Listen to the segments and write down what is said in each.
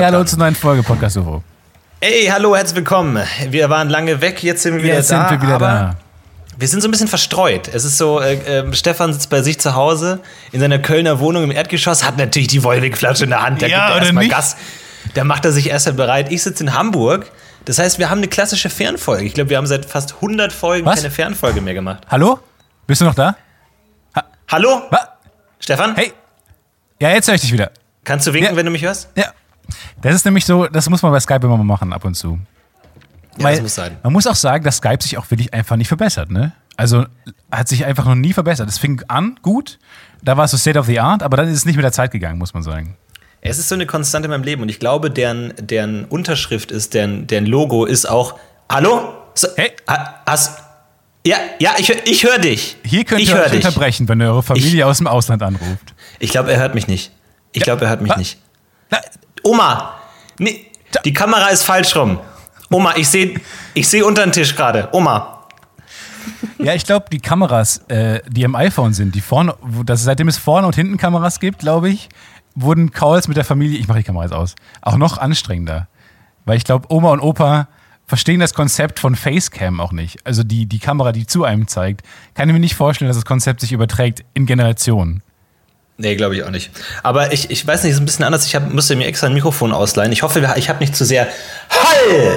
hallo zur neuen Folge Podcast UFO. Ey, hallo, herzlich willkommen. Wir waren lange weg, jetzt sind wir wieder da. Wir sind so ein bisschen verstreut. Es ist so, Stefan sitzt bei sich zu Hause in seiner Kölner Wohnung im Erdgeschoss, hat natürlich die Wolwig-Flasche in der Hand, der gibt erstmal Gas. Da macht er sich erstmal bereit. Ich sitze in Hamburg. Das heißt, wir haben eine klassische Fernfolge. Ich glaube, wir haben seit fast 100 Folgen keine Fernfolge mehr gemacht. Hallo? Bist du noch da? Hallo? Stefan? Hey. Ja, jetzt höre ich dich wieder. Kannst du winken, wenn du mich hörst? Ja. Das ist nämlich so, das muss man bei Skype immer mal machen, ab und zu. Ja, das muss sein. Man muss auch sagen, dass Skype sich auch wirklich einfach nicht verbessert, ne? Also hat sich einfach noch nie verbessert. Es fing an gut, da war es so State of the Art, aber dann ist es nicht mit der Zeit gegangen, muss man sagen. Es ist so eine Konstante in meinem Leben und ich glaube, deren Unterschrift ist, deren Logo ist auch Hallo? So, hey. Ja, ich höre dich. Hier könnt ihr euch unterbrechen, wenn eure Familie aus dem Ausland anruft. Ich glaube, er hört mich nicht. Nicht. Oma, nee, die Kamera ist falsch rum. Oma, ich sehe unter den Tisch gerade. Oma. Ja, ich glaube, die Kameras, die im iPhone sind, seitdem es vorne und hinten Kameras gibt, glaube ich, wurden Calls mit der Familie, ich mache die Kamera jetzt aus, auch noch anstrengender. Weil ich glaube, Oma und Opa verstehen das Konzept von Facecam auch nicht. Also die Kamera, die zu einem zeigt, kann ich mir nicht vorstellen, dass das Konzept sich überträgt in Generationen. Nee, glaube ich auch nicht. Aber ich weiß nicht, es ist ein bisschen anders. Ich musste mir extra ein Mikrofon ausleihen. Ich hoffe, ich habe nicht zu sehr Hall!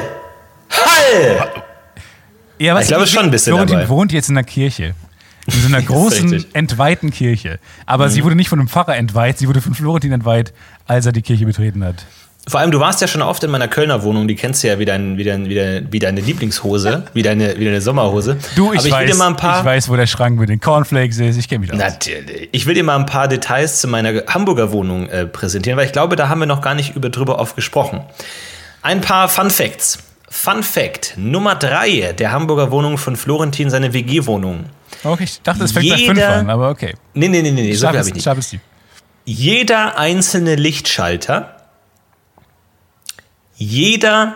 Ja, ich glaube schon ein bisschen Florentin dabei. Wohnt jetzt in einer Kirche. In so einer großen, entweihten Kirche. Aber sie wurde nicht von einem Pfarrer entweiht, sie wurde von Florentin entweiht, als er die Kirche betreten hat. Vor allem, du warst ja schon oft in meiner Kölner Wohnung, die kennst du ja wie deine Lieblingshose, wie deine Sommerhose. Du, ich weiß, wo der Schrank mit den Cornflakes ist, ich kenne mich aus. Natürlich. Ich will dir mal ein paar Details zu meiner Hamburger Wohnung präsentieren, weil ich glaube, da haben wir noch gar nicht drüber oft gesprochen. Ein paar Fun Facts. Fun Fact Nummer 3 der Hamburger Wohnung von Florentin, seine WG-Wohnung. Okay, ich dachte, es fängt bei 5 an, aber okay. Nee, so viel habe ich nicht. Jeder einzelne Lichtschalter. Ja,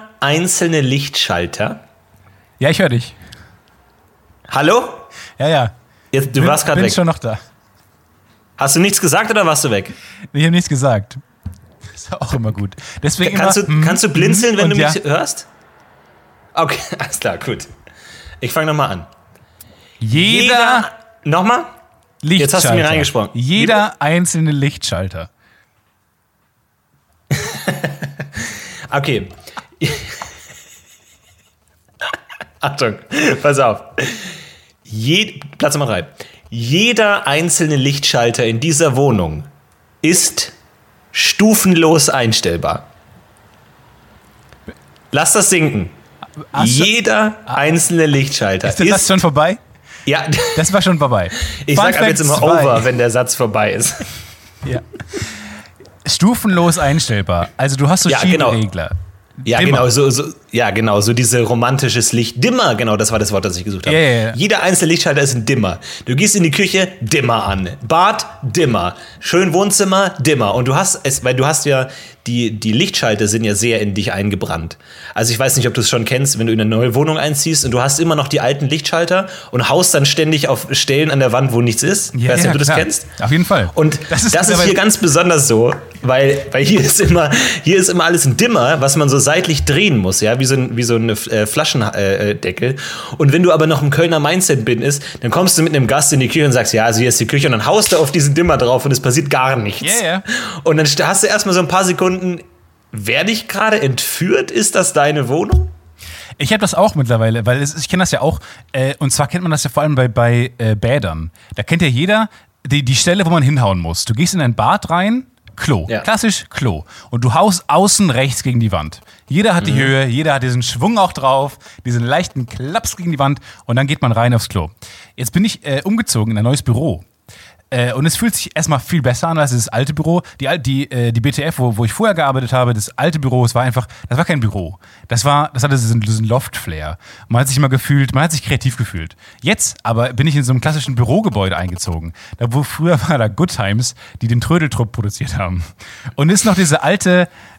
ich höre dich. Hallo? Ja. Du warst gerade weg. Ich bin schon noch da. Hast du nichts gesagt oder warst du weg? Ich habe nichts gesagt. Das ist auch immer gut. Deswegen kannst du blinzeln, wenn du mich hörst? Okay, alles klar, gut. Ich fange nochmal an. Nochmal? Jetzt hast du mir reingesprochen. Jeder einzelne Lichtschalter. Okay. Achtung, pass auf. Platz Nummer 3. Jeder einzelne Lichtschalter in dieser Wohnung ist stufenlos einstellbar. Lass das sinken. Jeder einzelne Lichtschalter ist das schon vorbei? Ja. Das war schon vorbei. Ich sag ab jetzt immer over, wenn der Satz vorbei ist. Ja. Stufenlos einstellbar. Also du hast so Schieberegler. Genau. So diese romantisches Licht. Dimmer, genau, das war das Wort, das ich gesucht habe. Yeah. Jeder einzelne Lichtschalter ist ein Dimmer. Du gehst in die Küche, Dimmer an. Bad, Dimmer. Schön Wohnzimmer, Dimmer. Und du hast ja, die Lichtschalter sind ja sehr in dich eingebrannt. Also ich weiß nicht, ob du es schon kennst, wenn du in eine neue Wohnung einziehst und du hast immer noch die alten Lichtschalter und haust dann ständig auf Stellen an der Wand, wo nichts ist. Ich weiß nicht, ob du das kennst. Auf jeden Fall. Und das ist hier ganz besonders so, weil hier ist immer alles ein Dimmer, was man so seitlich drehen muss, ja, wie so ein Flaschendeckel. Und wenn du aber noch im Kölner Mindset bist, dann kommst du mit einem Gast in die Küche und sagst, ja, also hier ist die Küche und dann haust du auf diesen Dimmer drauf und es passiert gar nichts. Yeah. Und dann hast du erstmal so ein paar Sekunden, werde ich gerade entführt? Ist das deine Wohnung? Ich habe das auch mittlerweile, weil ich kenne das ja auch, und zwar kennt man das ja vor allem bei Bädern. Da kennt ja jeder die Stelle, wo man hinhauen muss. Du gehst in ein Bad rein, Klo, klassisch Klo. Und du haust außen rechts gegen die Wand. Jeder hat die Höhe, jeder hat diesen Schwung auch drauf, diesen leichten Klaps gegen die Wand und dann geht man rein aufs Klo. Jetzt bin ich umgezogen in ein neues Büro. Und es fühlt sich erstmal viel besser an als das alte Büro. Die BTF, wo ich vorher gearbeitet habe, das alte Büro, das war kein Büro. Das hatte diesen Loft-Flair. Man hat sich kreativ gefühlt. Jetzt aber bin ich in so einem klassischen Bürogebäude eingezogen. Früher war da Good Times, die den Trödeltrupp produziert haben. Und ist noch diese alte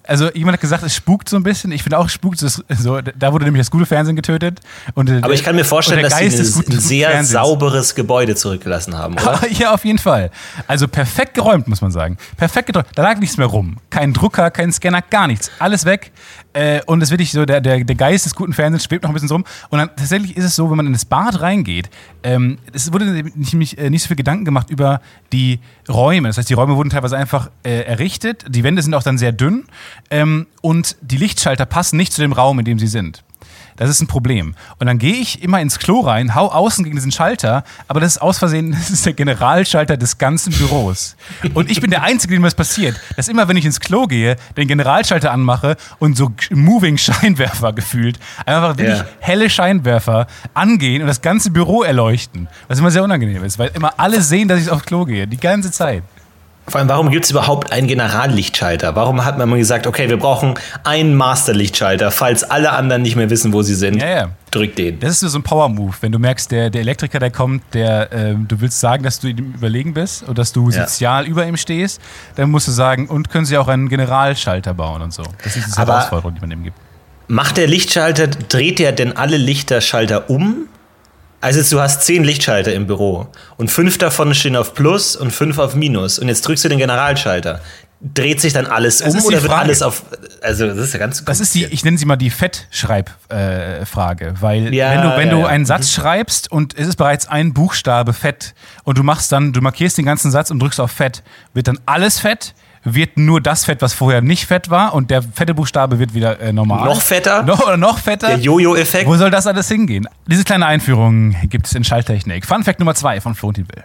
Also jemand hat gesagt, es spukt so ein bisschen. Ich finde auch, es spukt so, da wurde nämlich das gute Fernsehen getötet. Aber ich kann mir vorstellen, dass sie ein sehr sauberes Gebäude zurückgelassen haben, oder? Ja, auf jeden Fall. Also perfekt geräumt, muss man sagen. Perfekt geräumt. Da lag nichts mehr rum. Kein Drucker, kein Scanner, gar nichts. Alles weg. Und es ist wirklich so, der Geist des guten Fernsehens schwebt noch ein bisschen so rum. Und dann tatsächlich ist es so, wenn man in das Bad reingeht, es wurde nicht so viel Gedanken gemacht über die Räume. Das heißt, die Räume wurden teilweise einfach errichtet. Die Wände sind auch dann sehr dünn. Und die Lichtschalter passen nicht zu dem Raum, in dem sie sind. Das ist ein Problem. Und dann gehe ich immer ins Klo rein, hau außen gegen diesen Schalter, aber das ist aus Versehen, das ist der Generalschalter des ganzen Büros. Und ich bin der Einzige, dem was passiert, dass immer, wenn ich ins Klo gehe, den Generalschalter anmache und so moving Scheinwerfer gefühlt, einfach wirklich helle Scheinwerfer angehen und das ganze Büro erleuchten. Was immer sehr unangenehm ist, weil immer alle sehen, dass ich aufs Klo gehe, die ganze Zeit. Vor allem, warum gibt es überhaupt einen Generallichtschalter? Warum hat man mal gesagt, okay, wir brauchen einen Masterlichtschalter, falls alle anderen nicht mehr wissen, wo sie sind, drück den. Das ist so ein Power-Move, wenn du merkst, der Elektriker, der kommt, du willst sagen, dass du ihm überlegen bist oder dass du sozial über ihm stehst, dann musst du sagen, und können sie auch einen Generalschalter bauen und so. Das ist die Herausforderung, die man ihm gibt. Macht der Lichtschalter, dreht der denn alle Lichterschalter um? Also du hast 10 Lichtschalter im Büro und 5 davon stehen auf Plus und 5 auf Minus und jetzt drückst du den Generalschalter. Dreht sich dann alles um oder wird alles auf... Also das ist ja ganz kompliziert. Das ist ich nenne sie mal die Fettschreibfrage, weil wenn du einen Satz schreibst und es ist bereits ein Buchstabe Fett und du markierst den ganzen Satz und drückst auf Fett, wird dann alles Fett? Wird nur das Fett, was vorher nicht fett war und der fette Buchstabe wird wieder normal. Noch fetter? Noch fetter? Der Jojo-Effekt? Wo soll das alles hingehen? Diese kleine Einführung gibt es in Schalttechnik. Fun Fact Nummer 2 von Florentin Will.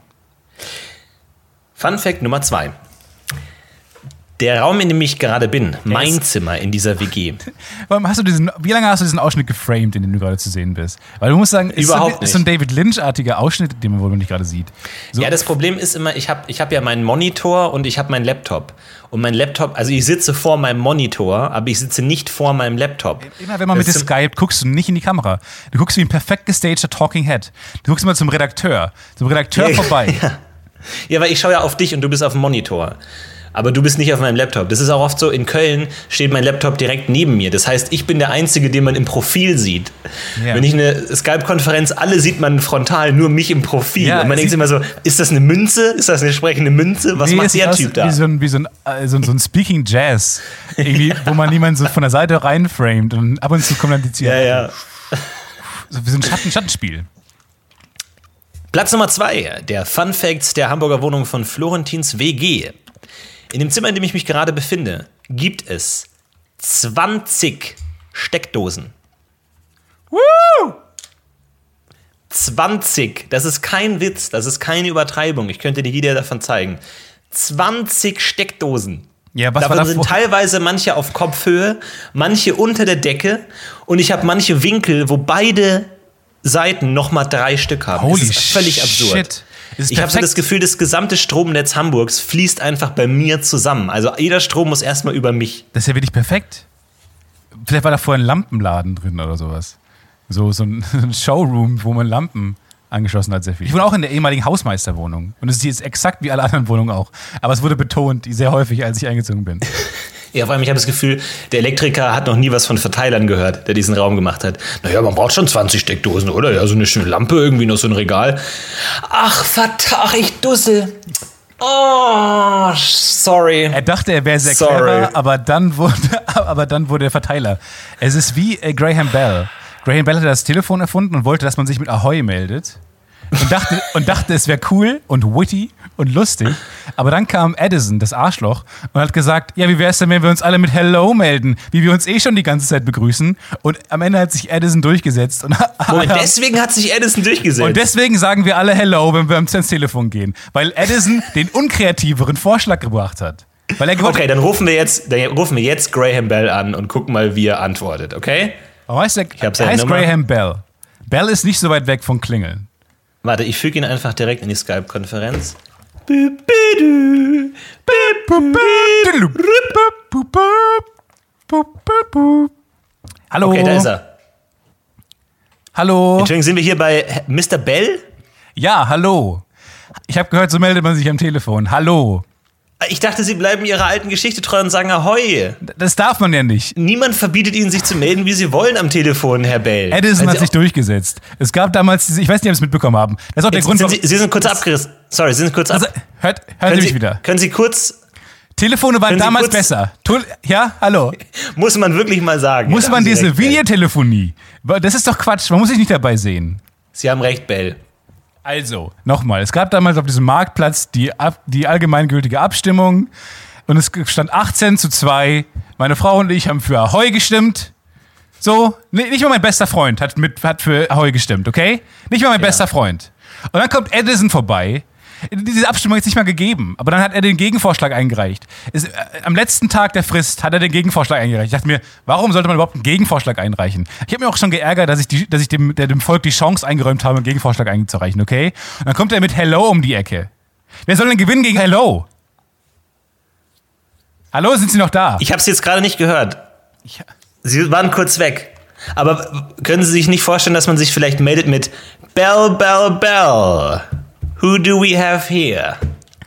Fun Fact Nummer 2. Der Raum, in dem ich gerade bin, mein Zimmer in dieser WG. Wie lange hast du diesen Ausschnitt geframed, in dem du gerade zu sehen bist? Weil du musst sagen, ist so ein David Lynch-artiger Ausschnitt, den man wohl nicht gerade sieht. So. Ja, das Problem ist immer, ich hab ja meinen Monitor und ich habe meinen Laptop. Und mein Laptop, also ich sitze vor meinem Monitor, aber ich sitze nicht vor meinem Laptop. Immer wenn man mit dir Skype, guckst du nicht in die Kamera. Du guckst wie ein perfekt gestagter Talking Head. Du guckst immer zum Redakteur vorbei. Ja, weil ich schaue ja auf dich und du bist auf dem Monitor. Aber du bist nicht auf meinem Laptop. Das ist auch oft so, in Köln steht mein Laptop direkt neben mir. Das heißt, ich bin der Einzige, den man im Profil sieht. Ja. Wenn ich eine Skype-Konferenz, alle sieht man frontal, nur mich im Profil. Ja, und man denkt sich immer so, ist das eine Münze? Ist das eine sprechende Münze? Was macht der Typ da? Wie so ein Speaking Jazz, irgendwie, wo man niemanden so von der Seite reinframet und ab und zu kommt dann die Ziele. Ja. So wie so ein Schattenspiel. Platz Nummer 2, der Fun Facts der Hamburger Wohnung von Florentins WG. In dem Zimmer, in dem ich mich gerade befinde, gibt es 20 Steckdosen. Woo! 20. Das ist kein Witz, das ist keine Übertreibung. Ich könnte dir jeder davon zeigen. 20 Steckdosen. Ja, davon sind teilweise manche auf Kopfhöhe, manche unter der Decke und ich habe manche Winkel, wo beide Seiten nochmal 3 Stück haben. Holy das ist völlig absurd. Ich habe so das Gefühl, das gesamte Stromnetz Hamburgs fließt einfach bei mir zusammen. Also jeder Strom muss erstmal über mich. Das ist ja wirklich perfekt. Vielleicht war da vorher ein Lampenladen drin oder sowas. So ein Showroom, wo man Lampen angeschlossen hat, sehr viel. Ich wohne auch in der ehemaligen Hausmeisterwohnung. Und es ist jetzt exakt wie alle anderen Wohnungen auch. Aber es wurde betont, sehr häufig, als ich eingezogen bin. Ja, vor allem, ich habe das Gefühl, der Elektriker hat noch nie was von Verteilern gehört, der diesen Raum gemacht hat. Naja, man braucht schon 20 Steckdosen, oder? Ja, so eine schöne Lampe, irgendwie noch so ein Regal. Ach, ich dussel. Oh, sorry. Er dachte, er wäre sehr clever, aber dann wurde er Verteiler. Es ist wie Graham Bell. Graham Bell hat das Telefon erfunden und wollte, dass man sich mit Ahoi meldet. Und dachte, es wäre cool und witty und lustig. Aber dann kam Edison, das Arschloch, und hat gesagt, ja, wie wäre es denn, wenn wir uns alle mit Hello melden, wie wir uns schon die ganze Zeit begrüßen. Und am Ende hat sich Edison durchgesetzt. Und deswegen hat sich Edison durchgesetzt. Und deswegen sagen wir alle Hello, wenn wir ans Telefon gehen. Weil Edison den unkreativeren Vorschlag gebracht hat. Okay, dann rufen wir jetzt Graham Bell an und gucken mal, wie er antwortet, okay? Er heißt Graham Bell. Bell ist nicht so weit weg von Klingeln. Warte, ich füge ihn einfach direkt in die Skype-Konferenz. Hallo. Okay, da ist er. Hallo. Entschuldigung, sind wir hier bei Mr. Bell? Ja, hallo. Ich habe gehört, so meldet man sich am Telefon. Hallo. Ich dachte, Sie bleiben Ihrer alten Geschichte treu und sagen Ahoi. Das darf man ja nicht. Niemand verbietet Ihnen, sich zu melden, wie Sie wollen am Telefon, Herr Bell. Edison hat sich durchgesetzt. Es gab damals, ich weiß nicht, ob Sie es mitbekommen haben. Das ist auch der Grund, Sie sind kurz abgerissen. Sorry, Sie sind kurz ab. Also, hören Sie mich wieder. Können Sie kurz... Telefone waren damals besser. Ja, hallo? Muss man wirklich mal sagen. Muss man diese Videotelefonie? Das ist doch Quatsch, man muss sich nicht dabei sehen. Sie haben recht, Bell. Also, nochmal, es gab damals auf diesem Marktplatz die allgemeingültige Abstimmung und es stand 18:2. Meine Frau und ich haben für Ahoi gestimmt. So, nicht mal mein bester Freund hat für Ahoi gestimmt, okay? Nicht mal mein bester Freund. Und dann kommt Edison vorbei. Diese Abstimmung ist nicht mal gegeben, aber dann hat er den Gegenvorschlag eingereicht. Am letzten Tag der Frist hat er den Gegenvorschlag eingereicht. Ich dachte mir, warum sollte man überhaupt einen Gegenvorschlag einreichen? Ich habe mir auch schon geärgert, dass ich dem Volk die Chance eingeräumt habe, einen Gegenvorschlag einzureichen, okay? Und dann kommt er mit Hello um die Ecke. Wer soll denn gewinnen gegen Hello? Hallo, sind Sie noch da? Ich habe Sie jetzt gerade nicht gehört. Sie waren kurz weg. Aber können Sie sich nicht vorstellen, dass man sich vielleicht meldet mit Bell, Bell, Bell? Who do we have here?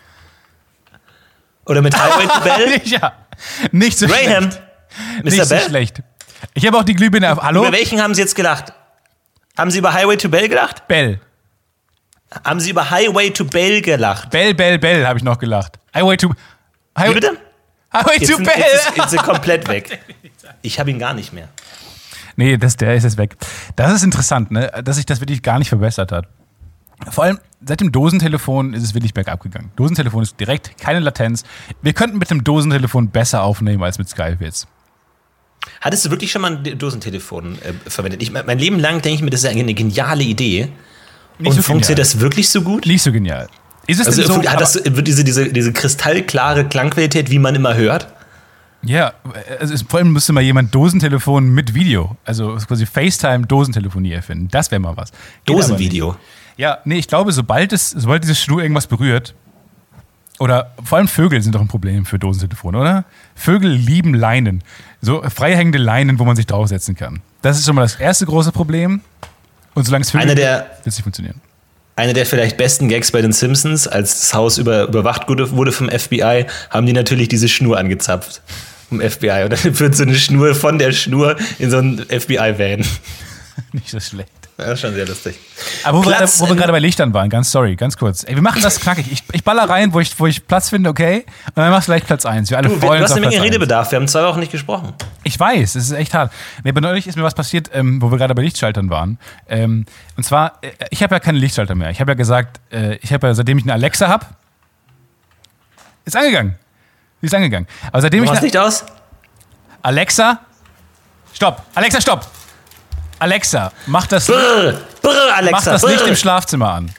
Oder mit Highway to Bell? Ja, nicht so Graham. schlecht. Mr. Nicht Bell? so schlecht. Ich habe auch die Glühbirne auf. Hallo? Über welchen haben Sie jetzt gelacht? Haben Sie über Highway to Bell gelacht? Bell. Haben Sie über Highway to Bell gelacht? Bell, Bell, Bell habe ich noch gelacht. Wie bitte? Highway to Bell. Jetzt ist komplett weg. Ich habe ihn gar nicht mehr. Nee, der ist jetzt weg. Das ist interessant, ne? Dass sich das wirklich gar nicht verbessert hat. Vor allem seit dem Dosentelefon ist es wirklich bergab gegangen. Dosentelefon ist direkt, keine Latenz. Wir könnten mit dem Dosentelefon besser aufnehmen als mit Skype jetzt. Hattest du wirklich schon mal ein Dosentelefon verwendet? Mein Leben lang denke ich mir, das ist eine geniale Idee. Nicht so funktioniert das wirklich so gut? Nicht so genial. Ist es also denn so, hat das diese kristallklare Klangqualität, wie man immer hört? Ja, vor allem müsste mal jemand Dosentelefon mit Video, also quasi FaceTime-Dosentelefonie erfinden. Das wäre mal was. Dosenvideo? Ja, nee, ich glaube, sobald diese Schnur irgendwas berührt, oder vor allem Vögel sind doch ein Problem für Dosentelefone, oder? Vögel lieben Leinen. So freihängende Leinen, wo man sich draufsetzen kann. Das ist schon mal das erste große Problem. Und solange es Vögel gibt, wird es nicht funktionieren. Einer der vielleicht besten Gags bei den Simpsons, als das Haus überwacht wurde vom FBI, haben die natürlich diese Schnur angezapft. Vom FBI. Und dann führt so eine Schnur von der Schnur in so einen FBI-Van. Nicht so schlecht. Das ist schon sehr lustig. Aber wo wir gerade bei Lichtern waren, ganz kurz. Ey, wir machen das knackig. Ich baller rein, wo ich Platz finde, okay? Und dann machst du gleich Platz 1. Wir alle freuen uns auf Platz 1. Du hast eine Menge Redebedarf. Wir haben 2 Wochen nicht gesprochen. Ich weiß, es ist echt hart. Nee, aber neulich ist mir was passiert, wo wir gerade bei Lichtschaltern waren. Und zwar, ich habe ja keine Lichtschalter mehr. Ich habe ja gesagt, seitdem ich eine Alexa habe, ist angegangen. Sie ist angegangen. Aber seitdem Mach das Licht aus. Alexa, stopp. Alexa, mach das Licht im Schlafzimmer an.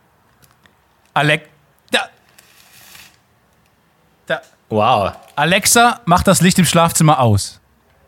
Wow. Alexa, mach das Licht im Schlafzimmer aus.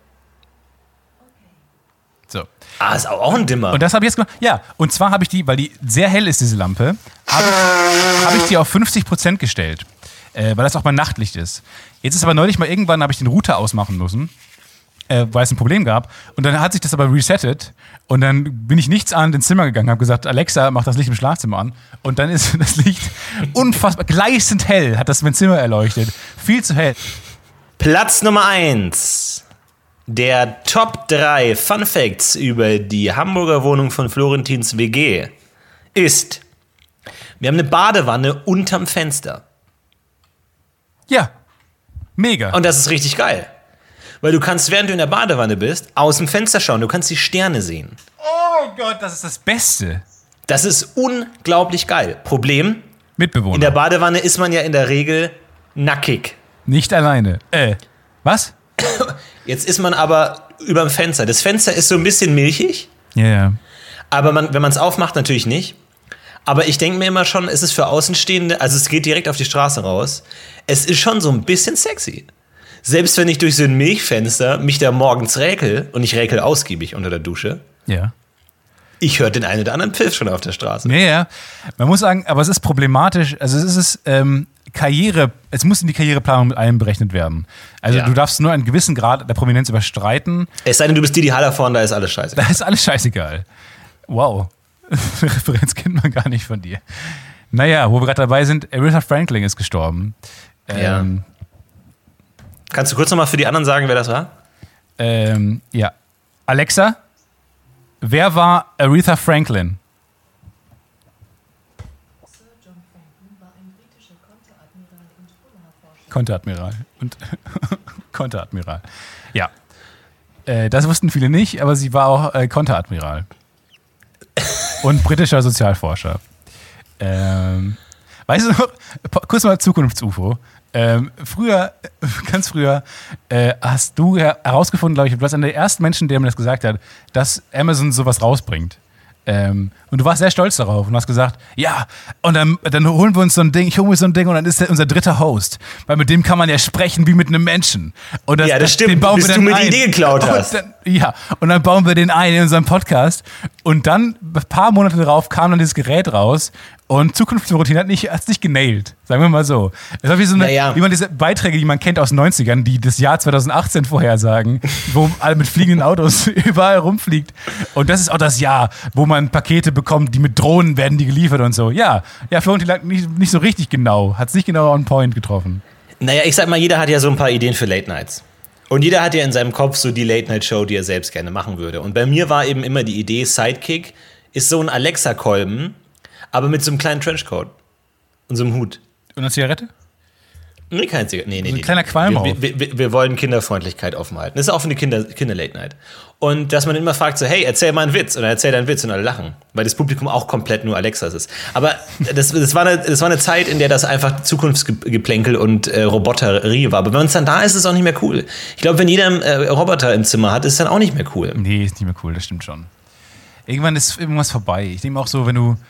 So. Ist auch ein Dimmer. Und das habe ich jetzt gemacht. Ja, und zwar habe ich weil die sehr hell ist, diese Lampe, habe ich die auf 50% gestellt. Weil das auch mein Nachtlicht ist. Jetzt ist aber neulich mal irgendwann, habe ich den Router ausmachen müssen. Weil es ein Problem gab. Und dann hat sich das aber resettet. Und dann bin ich nichtsahnend ins Zimmer gegangen, habe gesagt, Alexa, mach das Licht im Schlafzimmer an. Und dann ist das Licht unfassbar gleißend hell, hat das mein Zimmer erleuchtet. Viel zu hell. Platz Nummer 1. Der Top 3 Fun Facts über die Hamburger Wohnung von Florentins WG ist: Wir haben eine Badewanne unterm Fenster. Ja, mega. Und das ist richtig geil. Weil du kannst, während du in der Badewanne bist, aus dem Fenster schauen. Du kannst die Sterne sehen. Oh mein Gott, das ist das Beste. Das ist unglaublich geil. Problem: Mitbewohner. In der Badewanne ist man ja in der Regel nackig. Nicht alleine. Was? Jetzt ist man aber überm Fenster. Das Fenster ist so ein bisschen milchig. Ja, yeah. Aber wenn man es aufmacht, natürlich nicht. Aber ich denke mir immer schon, es ist für Außenstehende, also es geht direkt auf die Straße raus, es ist schon so ein bisschen sexy. Selbst wenn ich durch so ein Milchfenster mich da morgens räkel, und ich räkel ausgiebig unter der Dusche, ja. Ich höre den einen oder anderen Pfiff schon auf der Straße. Ja. Man muss sagen, aber es ist problematisch, also es ist es muss in die Karriereplanung mit allem berechnet werden. Also du darfst nur einen gewissen Grad der Prominenz überstreiten. Es sei denn, du bist Didi Hallervorden, da ist alles scheißegal. Da ist alles scheißegal. Wow. Referenz kennt man gar nicht von dir. Naja, wo wir gerade dabei sind, Aretha Franklin ist gestorben. Kannst du kurz nochmal für die anderen sagen, wer das war? Ja. Alexa, wer war Aretha Franklin? Sir John Franklin war ein britischer Konteradmiral und Konteradmiral. Ja. Das wussten viele nicht, aber sie war auch Konteradmiral. Und britischer Sozialforscher. Weißt du noch, kurz mal Zukunfts-UFO. Ganz früher, hast du herausgefunden, glaube ich, du warst einer der ersten Menschen, der mir das gesagt hat, dass Amazon sowas rausbringt. Und du warst sehr stolz darauf und hast gesagt, ja, und dann holen wir uns so ein Ding, ich hole mir so ein Ding und dann ist der unser dritter Host. Weil mit dem kann man ja sprechen wie mit einem Menschen. Und das stimmt, den bauen bis wir dann du mir die Idee geklaut hast. Und dann bauen wir den ein in unserem Podcast. Und dann, ein paar Monate darauf, kam dann dieses Gerät raus und Zukunftsroutine hat es nicht genailt. Sagen wir mal so. Es war wie so wie man diese Beiträge, die man kennt aus den 90ern, die das Jahr 2018 vorhersagen, wo alle mit fliegenden Autos überall rumfliegt. Und das ist auch das Jahr, wo man Pakete bekommt, die mit Drohnen werden die geliefert und so. Ja, Florentin lag nicht so richtig genau, hat es nicht genau on point getroffen. Naja, ich sag mal, jeder hat ja so ein paar Ideen für Late Nights. Und jeder hat ja in seinem Kopf so die Late-Night-Show, die er selbst gerne machen würde. Und bei mir war eben immer die Idee, Sidekick ist so ein Alexa-Kolben, aber mit so einem kleinen Trenchcoat und so einem Hut. Und eine Zigarette? Nee, keine Zigarette. Nee, ein kleiner Qualm wir wollen Kinderfreundlichkeit offen halten. Das ist auch für eine Kinder-Late-Night. Und dass man immer fragt so, hey, erzähl mal einen Witz. Und dann erzählt er einen Witz und alle lachen. Weil das Publikum auch komplett nur Alexas ist. Aber das war eine Zeit, in der das einfach Zukunftsgeplänkel und Roboterie war. Aber wenn es dann da ist, ist es auch nicht mehr cool. Ich glaube, wenn jeder einen Roboter im Zimmer hat, ist es dann auch nicht mehr cool. Nee, ist nicht mehr cool, das stimmt schon. Irgendwann ist irgendwas vorbei. Ich denke auch so, wenn du...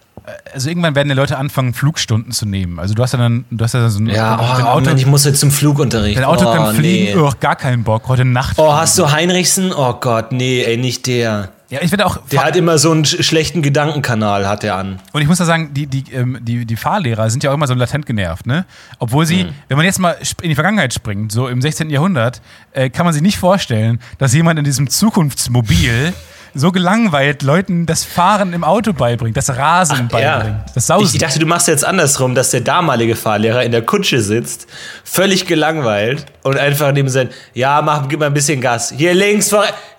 Also irgendwann werden die Leute anfangen, Flugstunden zu nehmen. Also du hast ja dann so ein Auto. Ich muss jetzt zum Flugunterricht. Dein Auto kann fliegen, gar keinen Bock, heute Nacht. Oh, hast du Heinrichsen? Oh Gott, nee, ey, nicht der. Ja, ich werde auch. Der hat immer so einen schlechten Gedankenkanal, hat er an. Und ich muss da sagen, die Fahrlehrer sind ja auch immer so latent genervt, ne? Obwohl sie, wenn man jetzt mal in die Vergangenheit springt, so im 16. Jahrhundert, kann man sich nicht vorstellen, dass jemand in diesem Zukunftsmobil so gelangweilt Leuten das Fahren im Auto beibringt, das Rasen beibringt, das Sausen. Ich dachte, du machst jetzt andersrum, dass der damalige Fahrlehrer in der Kutsche sitzt, völlig gelangweilt und einfach neben sein, gib mal ein bisschen Gas. Hier links,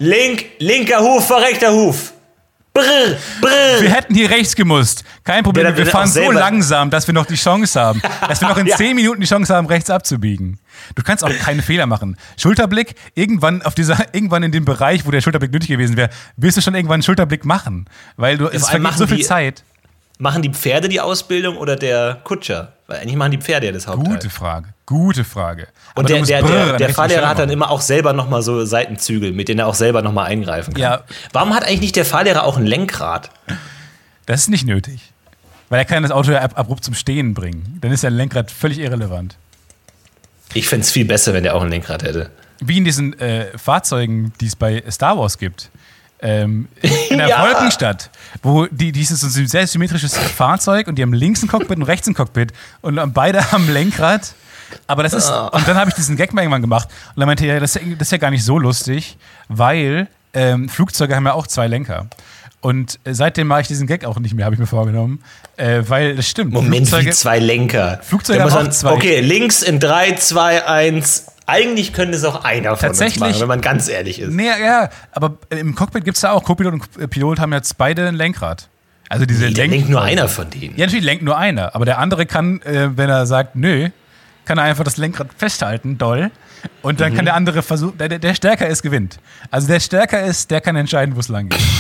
linker Huf, verrechter Huf. Brr, brr. Wir hätten hier rechts gemusst. Kein Problem, wir fahren so langsam, dass wir noch die Chance haben, dass wir noch in 10 Minuten die Chance haben, rechts abzubiegen. Du kannst auch keine Fehler machen. Schulterblick, irgendwann in dem Bereich, wo der Schulterblick nötig gewesen wäre, wirst du schon irgendwann einen Schulterblick machen. Weil es vergeht so viel Zeit. Machen die Pferde die Ausbildung oder der Kutscher? Weil eigentlich machen die Pferde ja das Hauptteil. Gute Frage. Und der Fahrlehrer hat dann immer auch selber nochmal so Seitenzügel, mit denen er auch selber nochmal eingreifen kann. Ja. Warum hat eigentlich nicht der Fahrlehrer auch ein Lenkrad? Das ist nicht nötig. Weil er kann das Auto ja abrupt zum Stehen bringen. Dann ist ja ein Lenkrad völlig irrelevant. Ich fände es viel besser, wenn der auch ein Lenkrad hätte. Wie in diesen Fahrzeugen, die es bei Star Wars gibt. In der Wolkenstadt, wo dieses so ein sehr symmetrisches Fahrzeug und die haben links ein Cockpit und rechts ein Cockpit und beide haben ein Lenkrad. Aber das ist. Und dann habe ich diesen Gag mal irgendwann gemacht und dann meinte er, das ist ja gar nicht so lustig, weil Flugzeuge haben ja auch 2 Lenker. Und seitdem mache ich diesen Gag auch nicht mehr, habe ich mir vorgenommen. Weil das stimmt. Moment, wie 2 Lenker? Flugzeuge haben auch 2. Okay, links in 3, 2, 1. Eigentlich könnte es auch einer von uns machen, wenn man ganz ehrlich ist. Nee, ja, aber im Cockpit gibt es ja auch, Co-Pilot und Pilot haben jetzt beide ein Lenkrad. Also diese lenkt nur einer von denen. Ja, natürlich lenkt nur einer. Aber der andere kann, wenn er sagt, nö, kann er einfach das Lenkrad festhalten, doll. Und dann kann der andere versuchen, der stärker ist, gewinnt. Also der stärker ist, der kann entscheiden, wo es lang geht.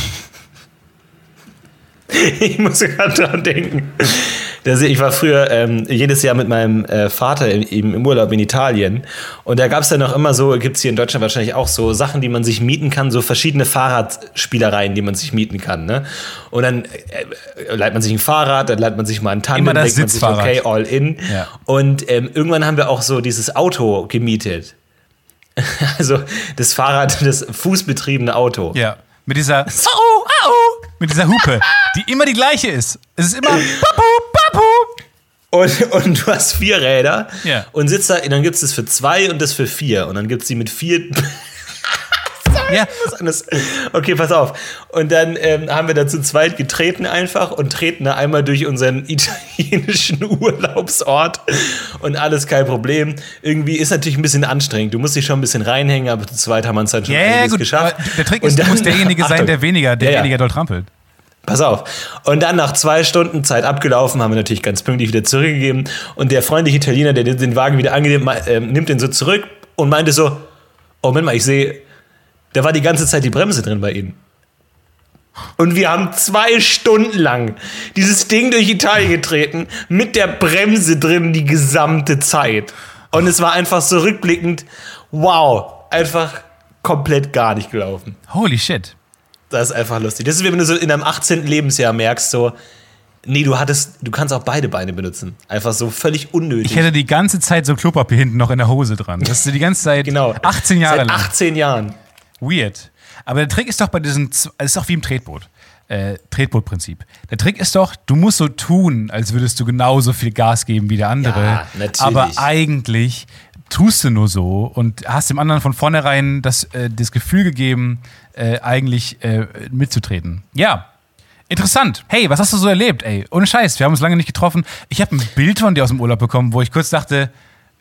Ich muss gerade dran denken. Ich war früher jedes Jahr mit meinem Vater im Urlaub in Italien und da gab es dann noch immer so, gibt es hier in Deutschland wahrscheinlich auch so Sachen, die man sich mieten kann, so verschiedene Fahrradspielereien, die man sich mieten kann. Ne? Und dann leiht man sich ein Fahrrad, dann leiht man sich mal ein Tandem, denkt man sich, okay, all in. Ja. Und irgendwann haben wir auch so dieses Auto gemietet. Also das Fahrrad, das fußbetriebene Auto. Ja, mit dieser mit dieser Hupe, die immer die gleiche ist. Es ist immer Papu, Papu. Und du hast 4 Räder und sitzt da, dann gibt es das für 2 und das für 4. Und dann gibt es die mit 4. Sorry. Ja. Okay, pass auf. Und dann haben wir da zu zweit getreten einfach und treten da einmal durch unseren italienischen Urlaubsort und alles kein Problem. Irgendwie ist natürlich ein bisschen anstrengend. Du musst dich schon ein bisschen reinhängen, aber zu zweit haben wir es dann schon einiges geschafft. Der Trick ist, du musst derjenige sein, der weniger doll trampelt. Pass auf. Und dann nach 2 Stunden Zeit abgelaufen, haben wir natürlich ganz pünktlich wieder zurückgegeben. Und der freundliche Italiener, der den Wagen wieder angenommen nimmt den so zurück und meinte so, oh, Moment mal, ich sehe, da war die ganze Zeit die Bremse drin bei Ihnen. Und wir haben 2 Stunden lang dieses Ding durch Italien getreten, mit der Bremse drin die gesamte Zeit. Und es war einfach so rückblickend, wow, einfach komplett gar nicht gelaufen. Holy shit. Das ist einfach lustig. Das ist, wie wenn du so in deinem 18. Lebensjahr merkst, so, nee, du kannst auch beide Beine benutzen. Einfach so völlig unnötig. Ich hätte die ganze Zeit so Klopapier hinten noch in der Hose dran. Das ist die ganze Zeit genau. 18 Jahre lang. Seit 18 Jahren. Weird. Aber der Trick ist doch bei diesem, es ist doch wie im Tretboot. Tretbootprinzip. Der Trick ist doch, du musst so tun, als würdest du genauso viel Gas geben wie der andere. Ja, natürlich. Aber eigentlich tust du nur so und hast dem anderen von vornherein das Gefühl gegeben, eigentlich mitzutreten. Ja, interessant. Hey, was hast du so erlebt, ey? Ohne Scheiß, wir haben uns lange nicht getroffen. Ich habe ein Bild von dir aus dem Urlaub bekommen, wo ich kurz dachte,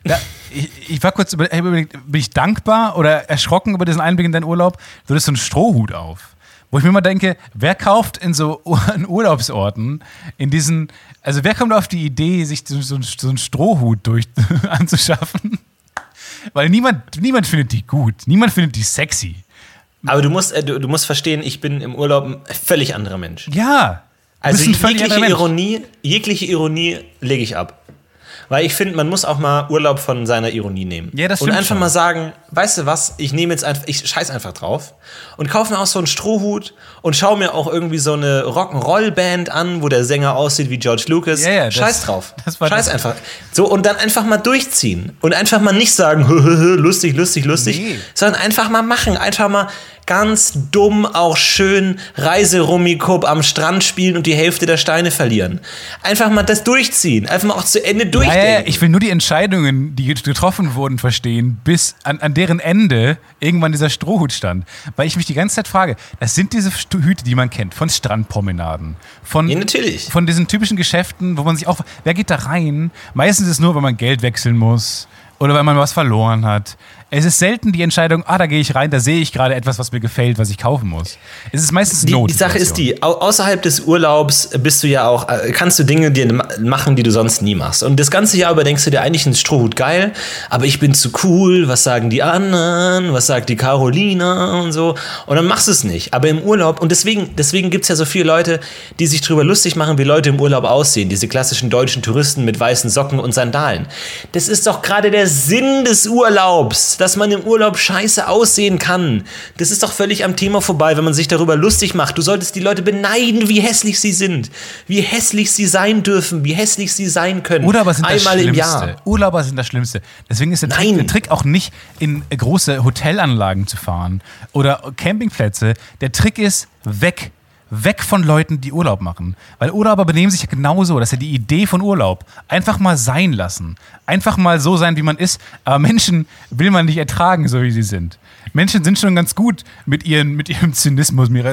ich war kurz überlegt, bin ich dankbar oder erschrocken über diesen Einblick in deinen Urlaub? Du hattest so einen Strohhut auf. Wo ich mir immer denke, wer kauft in so Urlaubsorten, also wer kommt auf die Idee, sich so einen Strohhut anzuschaffen? Weil niemand findet die gut, niemand findet die sexy. Aber du musst verstehen, ich bin im Urlaub ein völlig anderer Mensch. Ja. Also jegliche Ironie lege ich ab. Weil ich finde, man muss auch mal Urlaub von seiner Ironie nehmen. Ja, das und stimmt einfach schon. mal sagen, weißt du was, ich scheiß einfach drauf und kaufe mir auch so einen Strohhut und schaue mir auch irgendwie so eine Rock'n'Roll-Band an, wo der Sänger aussieht wie George Lucas. Ja, scheiß drauf. Scheiß einfach. So, und dann einfach mal durchziehen. Und einfach mal nicht sagen, lustig, sondern einfach mal machen. Einfach mal ganz dumm, auch schön Reiserummikub am Strand spielen und die Hälfte der Steine verlieren. Einfach mal das durchziehen. Einfach mal auch zu Ende durchdenken. Ja, ich will nur die Entscheidungen, die getroffen wurden, verstehen, bis an deren Ende irgendwann dieser Strohhut stand. Weil ich mich die ganze Zeit frage, das sind diese Hüte, die man kennt, von Strandpromenaden. Ja, natürlich. Von diesen typischen Geschäften, wo man sich auch, wer geht da rein? Meistens ist es nur, wenn man Geld wechseln muss oder wenn man was verloren hat. Es ist selten die Entscheidung, da gehe ich rein, da sehe ich gerade etwas, was mir gefällt, was ich kaufen muss. Es ist meistens Not. Die Sache ist außerhalb des Urlaubs bist du ja auch, kannst du Dinge dir machen, die du sonst nie machst. Und das ganze Jahr über denkst du dir eigentlich ein Strohhut geil, aber ich bin zu cool, was sagen die anderen, was sagt die Carolina und so. Und dann machst du es nicht. Aber im Urlaub, und deswegen gibt es ja so viele Leute, die sich drüber lustig machen, wie Leute im Urlaub aussehen. Diese klassischen deutschen Touristen mit weißen Socken und Sandalen. Das ist doch gerade der Sinn des Urlaubs, dass man im Urlaub scheiße aussehen kann. Das ist doch völlig am Thema vorbei, wenn man sich darüber lustig macht. Du solltest die Leute beneiden, wie hässlich sie sind, wie hässlich sie sein dürfen, wie hässlich sie sein können. Urlauber sind einmal das Schlimmste. Im Jahr. Urlauber sind das Schlimmste. Deswegen ist der Trick auch nicht, in große Hotelanlagen zu fahren oder Campingplätze. Der Trick ist weg von Leuten, die Urlaub machen. Weil Urlauber benehmen sich ja genauso. Das ist ja die Idee von Urlaub. Einfach mal sein lassen. Einfach mal so sein, wie man ist. Aber Menschen will man nicht ertragen, so wie sie sind. Menschen sind schon ganz gut mit ihrem Zynismus, mit ihrer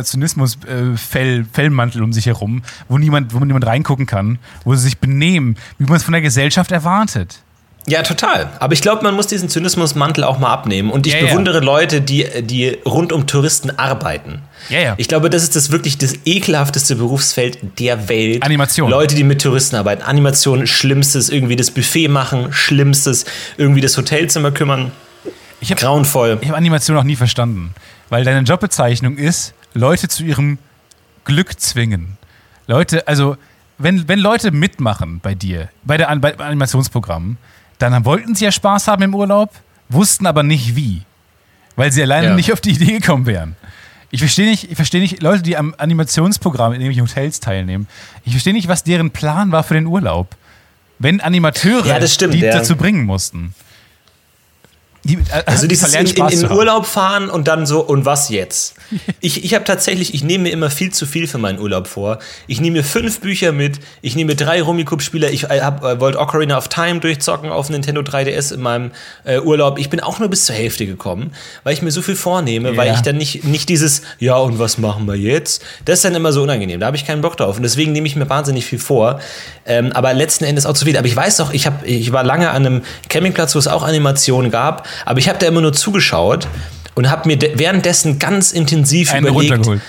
Fellmantel um sich herum, wo niemand reingucken kann, wo sie sich benehmen, wie man es von der Gesellschaft erwartet. Ja, total. Aber ich glaube, man muss diesen Zynismusmantel auch mal abnehmen. Und ich bewundere Leute, die rund um Touristen arbeiten. Ja. Ich glaube, das ist wirklich das ekelhafteste Berufsfeld der Welt. Animation. Leute, die mit Touristen arbeiten. Animation, Schlimmstes. Irgendwie das Buffet machen, Schlimmstes. Irgendwie das Hotelzimmer kümmern. Grauenvoll. Ich habe Animation auch nie verstanden. Weil deine Jobbezeichnung ist, Leute zu ihrem Glück zwingen. Leute, also, wenn Leute mitmachen bei dir, bei Animationsprogrammen, dann wollten sie ja Spaß haben im Urlaub, wussten aber nicht wie. Weil sie alleine nicht auf die Idee gekommen wären. Ich verstehe nicht, Leute, die am Animationsprogramm in irgendwelchen Hotels teilnehmen, ich verstehe nicht, was deren Plan war für den Urlaub. Wenn Animateure die dazu bringen mussten. Also dieses in Urlaub fahren und dann so, und was jetzt? Ich habe tatsächlich, ich nehme mir immer viel zu viel für meinen Urlaub vor. Ich nehme mir 5 Bücher mit, ich nehme mir 3 Rummikub-Spieler, ich wollte Ocarina of Time durchzocken auf Nintendo 3DS in meinem Urlaub. Ich bin auch nur bis zur Hälfte gekommen, weil ich mir so viel vornehme, weil ich dann nicht dieses, ja und was machen wir jetzt? Das ist dann immer so unangenehm, da habe ich keinen Bock drauf und deswegen nehme ich mir wahnsinnig viel vor, aber letzten Endes auch zu viel. Aber ich weiß doch, ich war lange an einem Campingplatz, wo es auch Animationen gab, aber ich habe da immer nur zugeschaut und habe mir währenddessen ganz intensiv überlegt. Und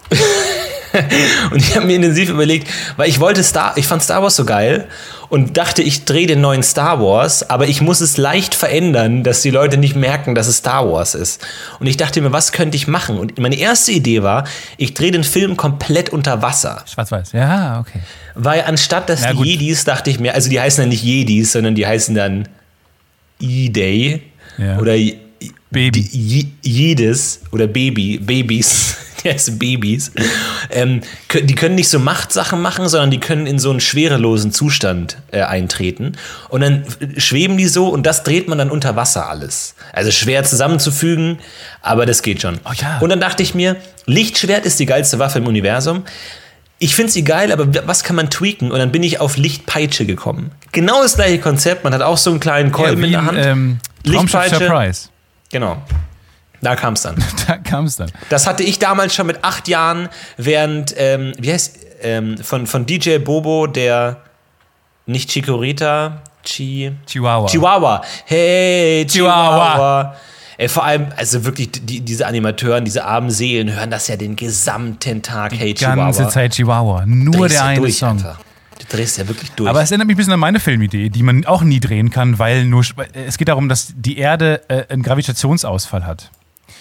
ich habe mir intensiv überlegt, weil ich fand Star Wars so geil und dachte, ich drehe den neuen Star Wars, aber ich muss es leicht verändern, dass die Leute nicht merken, dass es Star Wars ist. Und ich dachte mir, was könnte ich machen? Und meine erste Idee war, ich drehe den Film komplett unter Wasser. Schwarz-Weiß, ja, okay. Weil anstatt, dass die Jedis, dachte ich mir, also die heißen dann nicht Jedis, sondern die heißen dann E-Day oder Jedis oder Babys. Die heißen Babys. Die können nicht so Machtsachen machen, sondern die können in so einen schwerelosen Zustand eintreten. Und dann schweben die so und das dreht man dann unter Wasser alles. Also schwer zusammenzufügen, aber das geht schon. Oh ja. Und dann dachte ich mir, Lichtschwert ist die geilste Waffe im Universum. Ich finde sie geil, aber was kann man tweaken? Und dann bin ich auf Lichtpeitsche gekommen. Genau das gleiche Konzept. Man hat auch so einen kleinen Kolben in der Hand. Lichtpeitsche. Surprise. Genau. Da kam es dann. dann. Das hatte ich damals schon mit 8 Jahren, während, von DJ Bobo, der nicht Chikorita, Chihuahua. Hey, Chihuahua. Vor allem, also wirklich, diese Animateuren, diese armen Seelen hören das ja den gesamten Tag. Hey, Chihuahua. Die ganze Zeit Chihuahua. Nur der eine Song. Einfach. Du drehst ja wirklich durch. Aber es erinnert mich ein bisschen an meine Filmidee, die man auch nie drehen kann, weil es geht darum, dass die Erde einen Gravitationsausfall hat.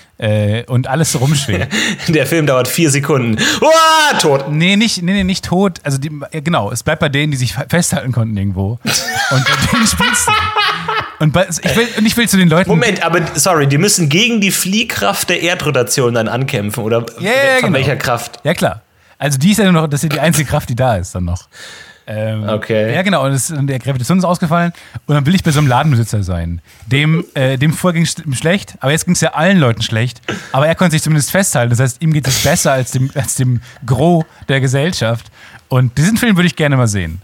Und alles so rumschwebt. Der Film dauert 4 Sekunden. Uah, tot! Nee, nicht tot. Also genau, es bleibt bei denen, die sich festhalten konnten irgendwo. Und bei denen spielst du. Und ich will zu den Leuten... Moment, aber sorry, die müssen gegen die Fliehkraft der Erdrotation dann ankämpfen, oder von welcher Kraft? Ja, klar. Also die ist ja nur noch, das ist die einzige Kraft, die da ist dann noch. Okay. Ja, genau. Und der Gravitation ist ausgefallen. Und dann will ich bei so einem Ladenbesitzer sein. Dem vorher ging es schlecht, aber jetzt ging es ja allen Leuten schlecht. Aber er konnte sich zumindest festhalten. Das heißt, ihm geht es besser als dem Gros der Gesellschaft. Und diesen Film würde ich gerne mal sehen.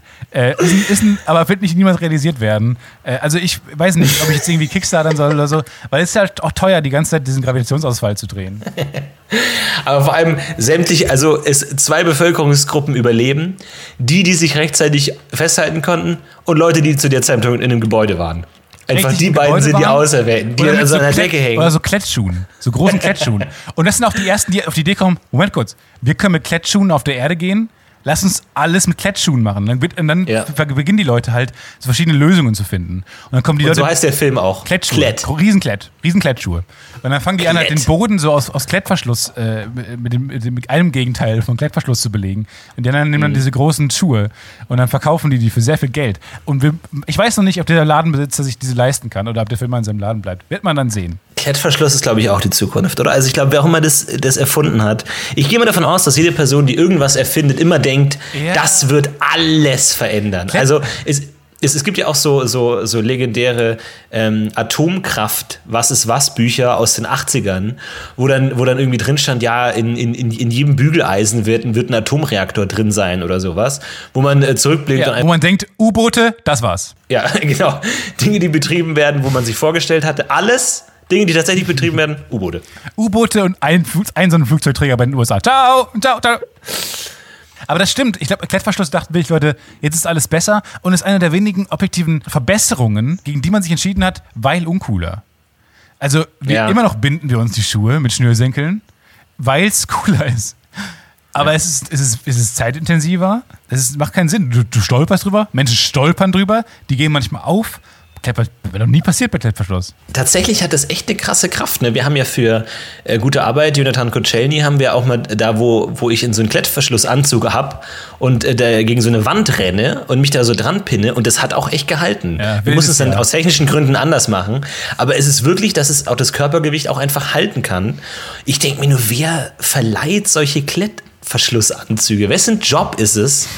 Aber wird nicht niemals realisiert werden. Also ich weiß nicht, ob ich jetzt irgendwie Kickstartern soll oder so. Weil es ist halt auch teuer, die ganze Zeit diesen Gravitationsausfall zu drehen. Aber vor allem also es 2 Bevölkerungsgruppen überleben. Die sich rechtzeitig festhalten konnten und Leute, die zu der Zeitpunkt in einem Gebäude waren. Einfach die beiden sind die Auserwählten, die an so einer Decke hängen. Oder so Klettschuhen, so großen Klettschuhen. Und das sind auch die Ersten, die auf die Idee kommen, Moment kurz, wir können mit Klettschuhen auf der Erde gehen, lass uns alles mit Klettschuhen machen. Dann beginnen die Leute halt, so verschiedene Lösungen zu finden. Und dann kommen die Leute. So heißt der Film auch. Klettschuhe. Riesenklettschuhe. Und dann fangen die an, halt den Boden so aus Klettverschluss, mit einem Gegenteil von Klettverschluss zu belegen. Und die anderen nehmen dann diese großen Schuhe. Und dann verkaufen die für sehr viel Geld. Und ich weiß noch nicht, ob der Ladenbesitzer sich diese leisten kann oder ob der Film mal in seinem Laden bleibt. Wird man dann sehen. Klettverschluss ist, glaube ich, auch die Zukunft, oder? Also ich glaube, wer auch immer das erfunden hat, ich gehe mal davon aus, dass jede Person, die irgendwas erfindet, immer denkt, das wird alles verändern. Also es gibt ja auch so legendäre Atomkraft, was ist was Bücher aus den 80ern, wo dann irgendwie drin stand, ja, in jedem Bügeleisen wird ein Atomreaktor drin sein oder sowas, wo man zurückblickt und wo man denkt, U-Boote, das war's. Ja, genau. Dinge, die betrieben werden, wo man sich vorgestellt hatte, alles Dinge, die tatsächlich betrieben werden, U-Boote. U-Boote und ein so ein Flugzeugträger bei den USA. Ciao, ciao, ciao. Aber das stimmt. Ich glaube, Klettverschluss dachten wirklich Leute, jetzt ist alles besser und ist eine der wenigen objektiven Verbesserungen, gegen die man sich entschieden hat, weil uncooler. Also immer noch binden wir uns die Schuhe mit Schnürsenkeln, weil es cooler ist. Aber es ist zeitintensiver. Macht keinen Sinn. Du stolperst drüber, Menschen stolpern drüber, die gehen manchmal auf. Wäre noch nie passiert bei Klettverschluss. Tatsächlich hat das echt eine krasse Kraft. Ne? Wir haben ja für gute Arbeit, Jonathan Kocelny, haben wir auch mal da, wo ich in so einen Klettverschlussanzug habe und da gegen so eine Wand renne und mich da so dran pinne und das hat auch echt gehalten. Ja, wir mussten es dann aus technischen Gründen anders machen. Aber es ist wirklich, dass es auch das Körpergewicht auch einfach halten kann. Ich denke mir nur, wer verleiht solche Klettverschlussanzüge? Wessen Job ist es,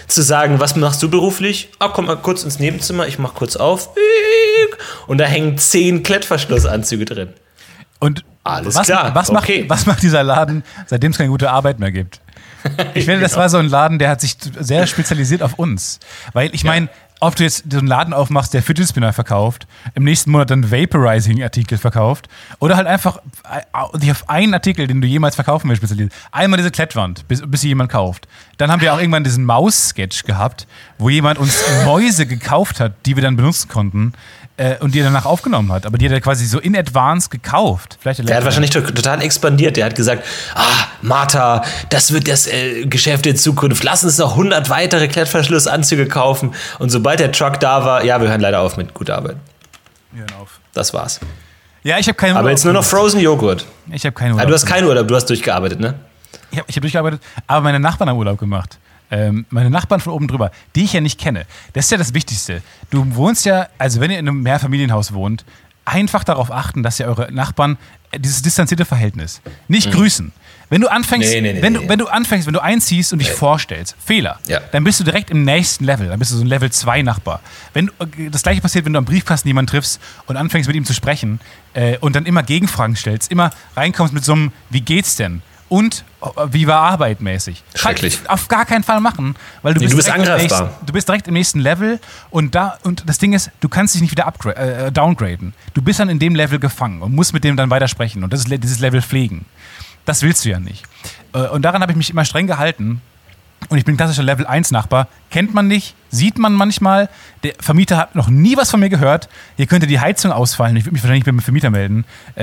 zu sagen, was machst du beruflich? Komm mal kurz ins Nebenzimmer, ich mach kurz auf. Und da hängen 10 Klettverschlussanzüge drin. Und alles klar, was macht dieser Laden, seitdem es keine gute Arbeit mehr gibt? Ich finde, das war so ein Laden, der hat sich sehr spezialisiert auf uns. Weil ich meine, ob du jetzt so einen Laden aufmachst, der Fidget Spinner verkauft, im nächsten Monat dann Vaporizing-Artikel verkauft oder halt einfach dich auf einen Artikel, den du jemals verkaufen willst, spezialisiert. Einmal diese Klettwand, bis sie jemand kauft. Dann haben wir auch irgendwann diesen Maus-Sketch gehabt, wo jemand uns Mäuse gekauft hat, die wir dann benutzen konnten. Und die er danach aufgenommen hat. Aber die hat er quasi so in advance gekauft. Der hat wahrscheinlich total expandiert. Der hat gesagt, Martha, das wird das Geschäft in Zukunft. Lass uns noch 100 weitere Klettverschlussanzüge kaufen. Und sobald der Truck da war, wir hören leider auf mit guter Arbeit. Wir hören auf. Das war's. Ja, ich habe keinen Urlaub. Aber jetzt nur noch Frozen Joghurt. Ich habe keinen Urlaub. Du hast keinen Urlaub, du hast durchgearbeitet, ne? Ich hab durchgearbeitet, aber meine Nachbarn haben Urlaub gemacht. Meine Nachbarn von oben drüber, die ich ja nicht kenne. Das ist ja das Wichtigste. Du wohnst ja, also wenn ihr in einem Mehrfamilienhaus wohnt, einfach darauf achten, dass ihr eure Nachbarn dieses distanzierte Verhältnis nicht grüßen. Wenn du anfängst, wenn du einziehst und dich vorstellst, Fehler, dann bist du direkt im nächsten Level, dann bist du so ein Level 2 Nachbar. Wenn das gleiche passiert, wenn du am Briefkasten jemanden triffst und anfängst mit ihm zu sprechen und dann immer Gegenfragen stellst, immer reinkommst mit so einem, wie geht's denn? Und wie war Arbeit mäßig? Schrecklich. Auf gar keinen Fall machen, weil du bist angreifbar. Du bist direkt im nächsten Level und das Ding ist, du kannst dich nicht wieder downgraden. Du bist dann in dem Level gefangen und musst mit dem dann weitersprechen und dieses Level pflegen. Das willst du ja nicht. Und daran habe ich mich immer streng gehalten. Und ich bin ein klassischer Level 1 Nachbar. Kennt man nicht, sieht man manchmal. Der Vermieter hat noch nie was von mir gehört. Hier könnte die Heizung ausfallen. Ich würde mich wahrscheinlich beim Vermieter melden.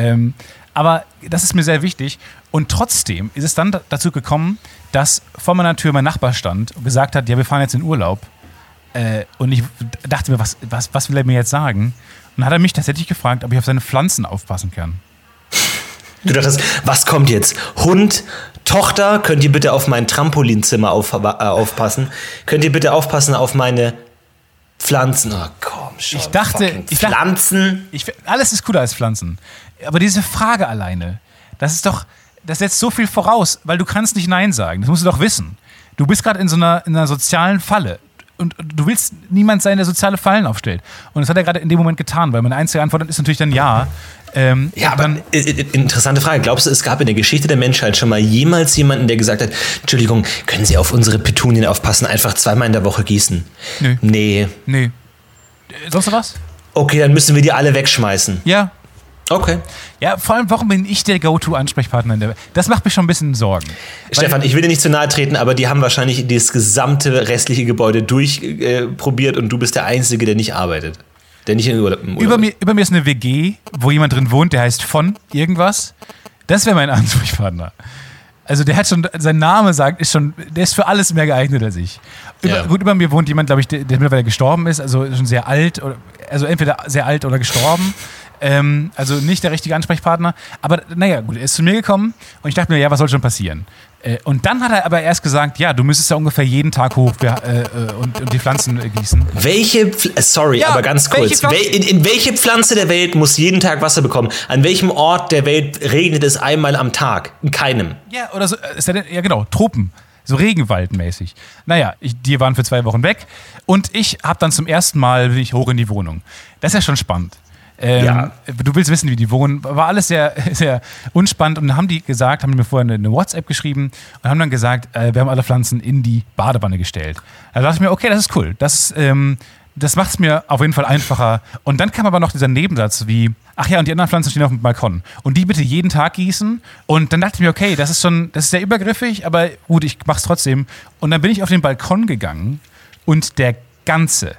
Aber das ist mir sehr wichtig. Und trotzdem ist es dann dazu gekommen, dass vor meiner Tür mein Nachbar stand und gesagt hat, ja, wir fahren jetzt in Urlaub. Und ich dachte mir, was will er mir jetzt sagen? Und dann hat er mich tatsächlich gefragt, ob ich auf seine Pflanzen aufpassen kann. Du dachtest, was kommt jetzt? Hund, Tochter, könnt ihr bitte auf mein Trampolinzimmer aufpassen? Könnt ihr bitte aufpassen auf meine Pflanzen? Oh, komm schon. Ich dachte, Pflanzen. Alles ist cooler als Pflanzen. Aber diese Frage alleine, das setzt so viel voraus, weil du kannst nicht Nein sagen. Das musst du doch wissen. Du bist gerade in einer sozialen Falle. Und du willst niemand sein, der soziale Fallen aufstellt. Und das hat er gerade in dem Moment getan, weil meine einzige Antwort ist natürlich dann ja. Aber interessante Frage. Glaubst du, es gab in der Geschichte der Menschheit schon mal jemals jemanden, der gesagt hat, Entschuldigung, können Sie auf unsere Petunien aufpassen, einfach 2-mal in der Woche gießen? Nö. Nee. Sonst noch was? Okay, dann müssen wir die alle wegschmeißen. Ja. Okay. Ja, vor allem, warum bin ich der Go-To-Ansprechpartner in der Welt? Das macht mich schon ein bisschen Sorgen. Stefan, ich will dir nicht zu nahe treten, aber die haben wahrscheinlich das gesamte restliche Gebäude durchprobiert und du bist der Einzige, der nicht arbeitet. Der nicht im Urlaub über mir ist eine WG, wo jemand drin wohnt, der heißt von irgendwas. Das wäre mein Ansprechpartner. Also der hat schon, sein Name sagt, der ist für alles mehr geeignet als ich. Gut, über mir wohnt jemand, glaube ich, der mittlerweile gestorben ist, also schon sehr alt, also entweder sehr alt oder gestorben. Also nicht der richtige Ansprechpartner. Aber naja, gut, er ist zu mir gekommen und ich dachte mir, ja, was soll schon passieren? Und dann hat er aber erst gesagt, ja, du müsstest ja ungefähr jeden Tag hoch und die Pflanzen gießen. Aber ganz kurz. In welche Pflanze der Welt muss jeden Tag Wasser bekommen? An welchem Ort der Welt regnet es einmal am Tag? In keinem. Ja, oder so, ja genau, Tropen. So Regenwaldmäßig. Naja, die waren für 2 Wochen weg und ich habe dann zum ersten Mal bin ich hoch in die Wohnung. Das ist ja schon spannend. Du willst wissen, wie die wohnen. War alles sehr, sehr unspannend. Und dann haben die mir vorher eine WhatsApp geschrieben und haben dann gesagt, wir haben alle Pflanzen in die Badewanne gestellt. Da dachte ich mir, okay, das ist cool. Das macht es mir auf jeden Fall einfacher. Und dann kam aber noch dieser Nebensatz wie, ach ja, und die anderen Pflanzen stehen auf dem Balkon. Und die bitte jeden Tag gießen. Und dann dachte ich mir, okay, das ist sehr übergriffig, aber gut, ich mach's trotzdem. Und dann bin ich auf den Balkon gegangen und der ganze